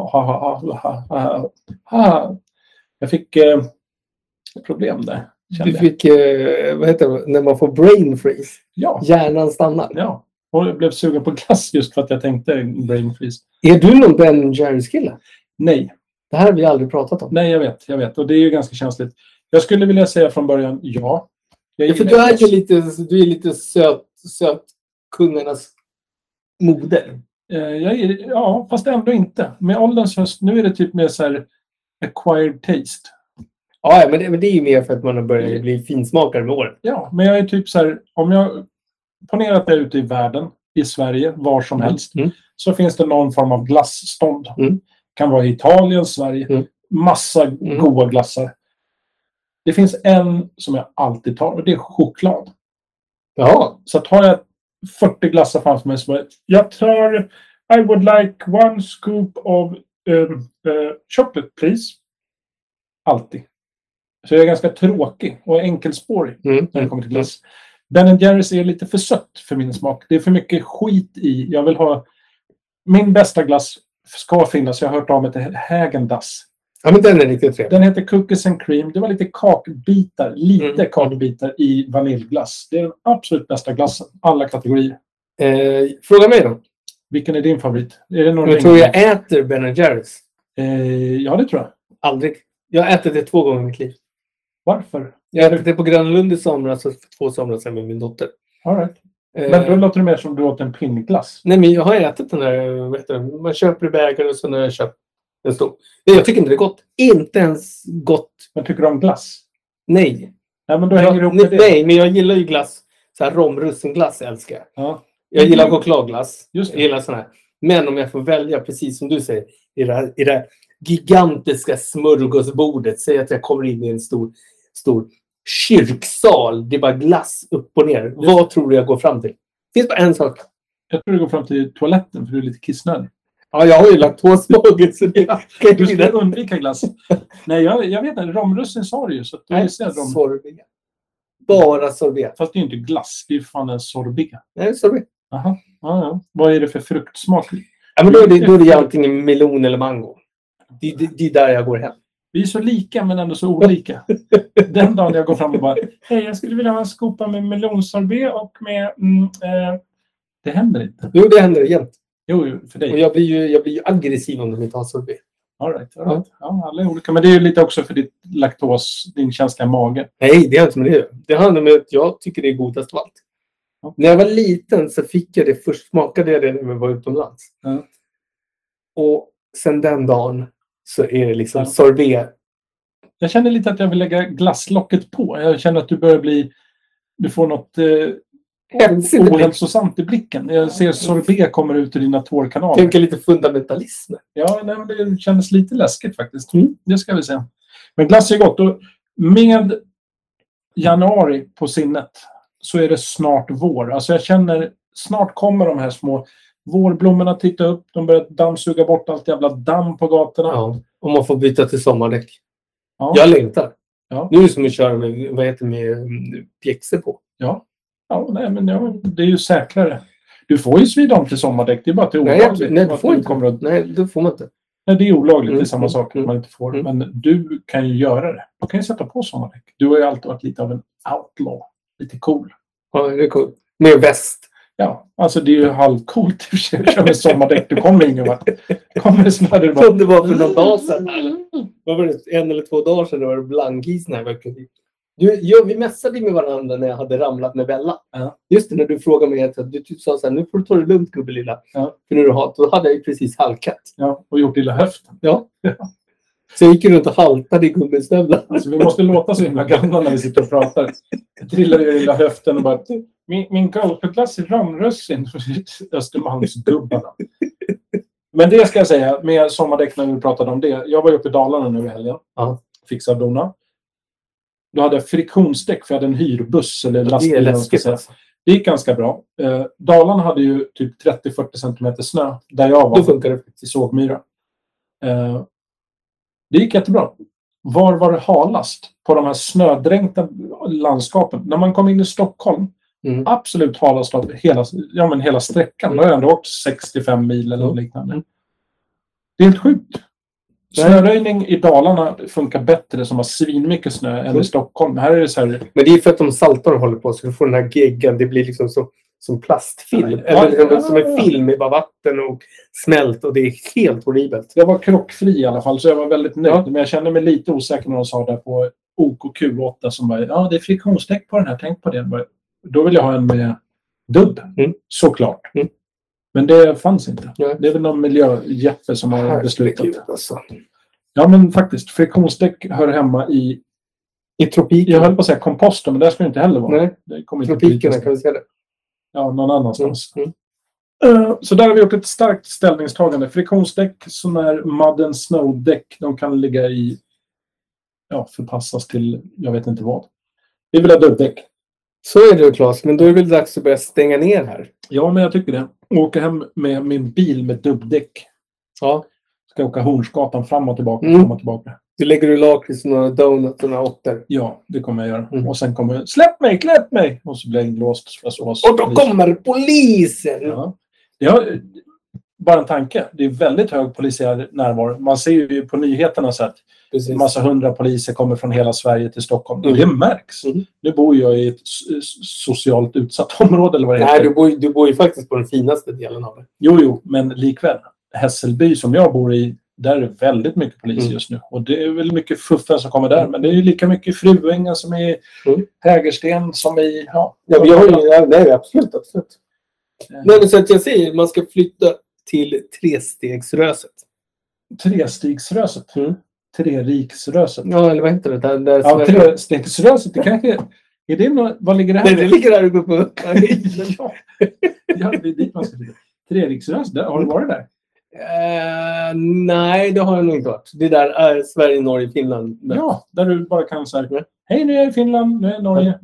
har... Jag fick problem där. Du fick, vad heter det, när man får brain freeze. Ja. Hjärnan stannar. Ja, och jag blev sugen på glass just för att jag tänkte brain freeze. Är du någon Ben Jerrys-kille? Nej. Det här har vi aldrig pratat om. Nej, jag vet. Och det är ju ganska känsligt. Jag skulle vilja säga från början, ja. För du är lite söt kungarnas moder. Ja, fast ändå inte. Med ålderns höst, nu är det typ mer så här acquired taste. Ja, men det är ju mer för att man har börjat bli finsmakare med åren. Ja, men jag är typ så här, om jag ponerar att jag är ute i världen, i Sverige, var som helst, så finns det någon form av glassstånd. Kan vara i Italien, Sverige, massa goda glassar. Det finns en som jag alltid tar, och det är choklad. Ja. Så tar jag 40 glassar framför mig, så jag tar I would like one scoop of chocolate, please. Alltid. Så jag är ganska tråkig och enkelspårig när det kommer till glass. Ben & Jerrys är lite för sött för min smak. Det är för mycket skit i. Jag vill ha... Min bästa glass ska finnas. Jag har hört av mig till Häagen-Dazs. Ja, men den är riktigt trevlig. Den heter Cookies and Cream. Det var lite kakbitar i vaniljglass. Det är den absolut bästa glassen. Alla kategorier. Fråga mig då. Vilken är din favorit? Är det någon jag tror jag äter Ben & Jerrys. Ja, det tror jag. Aldrig. Jag har ätit det 2 gånger i mitt liv. Varför? Jag har ätit det på Grönlund i somras och 2 somrar sedan med min dotter. All right. Men då låter det mer som du åt en pinnglass. Nej, men jag har ätit den där, man köper i bägare och så när jag köpt den stor. Jag tycker inte det är gott. Inte ens gott. Men tycker du om glass? Nej. Nej, men då hänger du upp med det. Nej, men jag gillar ju glass. Så här romrussenglass älskar jag. Ja. Jag gillar chokladglass. Just det. Jag gillar sån här. Men om jag får välja, precis som du säger, i det här gigantiska smörgåsbordet. Säg att jag kommer in i en stor kyrksal. Det är bara glass upp och ner. Vad tror du jag går fram till? Det finns bara en sak. Jag tror du går fram till toaletten för du är lite kissnödig. Ja, jag har ju laktosmaget så det du ska undvika glass. Nej, jag vet inte. Romrussin sa du ju. Så att du sorbet. Bara sorbet. Fast det är ju inte glass. Det är fan en sorbet. Nej, sorbet. Jaha. Ja. Vad är det för fruktsmak? Ja, men då är det antingen melon eller mango. Det är där jag går hem. Vi är så lika men ändå så olika. Den dagen jag går fram och bara hej, jag skulle vilja ha en skopa med melonsorbet och med... det händer inte. Jo, det händer jämt. Jo, för dig. Och jag blir ju aggressiv om de inte har sorbet. All right. Ja, alla är olika. Men det är ju lite också för ditt laktos, din känsliga mage. Nej, det är inte med det. Det handlar om att jag tycker det är godast av allt. Ja. När jag var liten så fick jag det först, smakade jag det när jag var utomlands. Ja. Och sen den dagen så är det liksom sorbet. Jag känner lite att jag vill lägga glasslocket på. Jag känner att du får något ohälsosamt i blicken. Jag ser sorbet kommer ut ur dina tårkanaler. Tänker lite fundamentalism. Ja, nej, men det kändes lite läskigt faktiskt. Det ska vi se. Men glass är gott. Och med januari på sinnet så är det snart vår. Alltså jag känner, snart kommer de här små vårblommorna titta upp. De börjar dammsuga bort allt jävla damm på gatorna. Ja, och man får byta till sommardäck. Ja. Jag längtar. Ja. Nu är det som att köra med pjäxor på. Ja. Ja, nej, men det är ju säkrare. Du får ju svida om till sommardäck. Det är bara att det är olagligt. Nej, det får man inte. Nej, det är olagligt. Det är samma sak att man inte får. Men du kan ju göra det. Du kan ju sätta på sommardäck. Du har ju alltid varit lite av en outlaw. Lite cool. Ja, det är cool. Med väst. Ja, alltså det är ju halvcoolt i och för sig att köra med sommardäck. Du kommer ingen vart. Som det var för någon dag sedan. Vad var det? 1 eller 2 dagar sedan det var blankis den här veckan. Vi mässade med varandra när jag hade ramlat med Bella. Ja. Just det, när du frågade mig att du sa så här, nu får du ta det lugnt gubbelilla. Ja. För nu då hade jag ju precis halkat. Ja, och gjort lilla höften. Ja. Så jag gick runt och haltade i gubbelstövlar. Alltså, vi måste låta så himla gamla när vi sitter och pratar. Jag trillade i lilla höften och bara... Min galperglass är ramrössin. Östermalmsgubbarna. Men det ska jag säga, med sommardäck när vi pratade om det. Jag var uppe i Dalarna nu i helgen. Ja. Fixade dona. Då hade jag friktionsdäck för jag hade en hyrbuss eller lastbil. Det gick ganska bra. Dalarna hade ju typ 30-40 centimeter snö. Där jag var. Då funkar det. I Sågmyra. Det gick jättebra. Var det halast på de här snödränkta landskapen? När man kom in i Stockholm. Absolut halast av hela sträckan. Då har jag ändå åkt 65 mil eller liknande. Det är helt sjukt. Snöröjning i Dalarna funkar bättre som har svinmycket snö än i Stockholm. Här är det så här... Men det är för att de saltar och håller på så du får den här geggan. Det blir liksom som plastfilm. Eller som en film med bara vatten och smält. Och det är helt horribelt. Jag var krockfri i alla fall så jag var väldigt nöjd. Ja. Men jag kände mig lite osäker när de sa där på OKQ8 som bara, det är friktionsdäck på den här. Tänk på det. Då vill jag ha en med dubb. Såklart. Men det fanns inte. Ja. Det är väl någon miljöjätte som har beslutat. Alltså. Ja, men faktiskt. Friktionsdäck hör hemma i tropiken. Jag höll på att säga komposten, men det ska det inte heller vara. Nej, det kommer tropikerna kan vi säga det. Ja, någon annanstans. Så där har vi gjort ett starkt ställningstagande. Friktionsdäck, som är mud and snow-däck, de kan ligga i förpassas till jag vet inte vad. Vi vill ha dubbdäck. Så är det, Claes. Men då är det väl dags att börja stänga ner här. Ja, men jag tycker det. Åka hem med min bil med dubbdäck. Ja. Ska åka Hornsgatan fram och tillbaka. Du lägger lakrits och några donuts och några åttor. Ja, det kommer jag göra. Och sen kommer jag, släpp mig! Och så blir jag inlåst. Och då kommer polisen! Ja. Bara en tanke. Det är väldigt hög polisiär närvaro. Man ser ju på nyheterna så att en massa 100 poliser kommer från hela Sverige till Stockholm. Och det märks. Nu bor jag i ett socialt utsatt område. Eller vad det heter. Nej, du bor ju faktiskt på den finaste delen av det. Jo, men likväl. Hässelby som jag bor i, där är det väldigt mycket poliser just nu. Och det är väl mycket fuffen som kommer där. Men det är ju lika mycket Fruängen som i Hägersten som i... vi har ju... Nej, absolut. Men så att jag säger, man ska flytta till trestegsröset. Trestegsröset? Treriksröset. Ja, eller vad heter det? Där trestegsröset, det kanske... Är det vad ligger det här? Det ligger där uppe på... Ja, det är dit man ska flytta. Treriksröset, har du varit där? Nej, det har jag nog inte varit. Det där är Sverige, Norge, Finland. Ja, där du bara kan säga hej, nu är jag i Finland, nu är jag i Norge.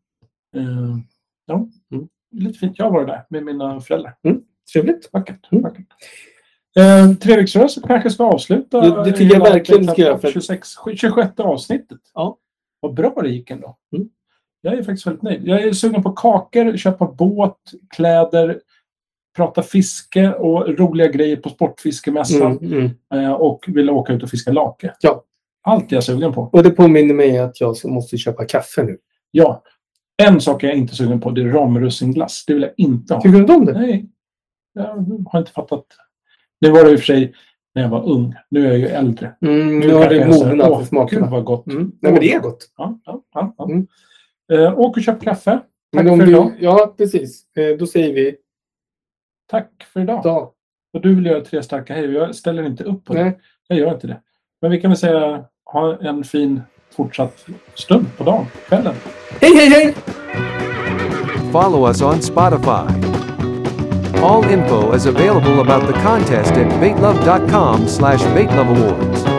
Lite fint. Jag har varit där med mina föräldrar. Trevligt. Vackert. Treriksröset kanske ska avsluta. Det tycker jag verkligen ska göra. 26 avsnittet. Ja. Vad bra det gick ändå. Jag är faktiskt väldigt nöjd. Jag är sugen på kakor, köpa båt, kläder, prata fiske och roliga grejer på sportfiskemässan. Och vill åka ut och fiska lake. Ja. Allt är jag sugen på. Och det påminner mig att jag måste köpa kaffe nu. Ja. En sak jag är inte sugen på, det är romrussinglass. Det vill jag inte ha. Tycker du inte om det? Nej. Jag har inte fattat. Det var det i och för sig. när jag var ung. Nu är jag ju äldre. Nu har det mognat i smakerna. Gud vad gott. Nej, men det är gott. Ja. Åk och köp kaffe. Tack men för idag. Ja, precis. Då säger vi tack för idag. Ja. Och du vill göra 3 starka hej. Jag ställer inte upp på det. Jag gör inte det. Men vi kan väl säga ha en fin fortsatt stund på dagen, kvällen. Hej! Follow us on Spotify. All info is available about the contest at baitlove.com/baitloveawards.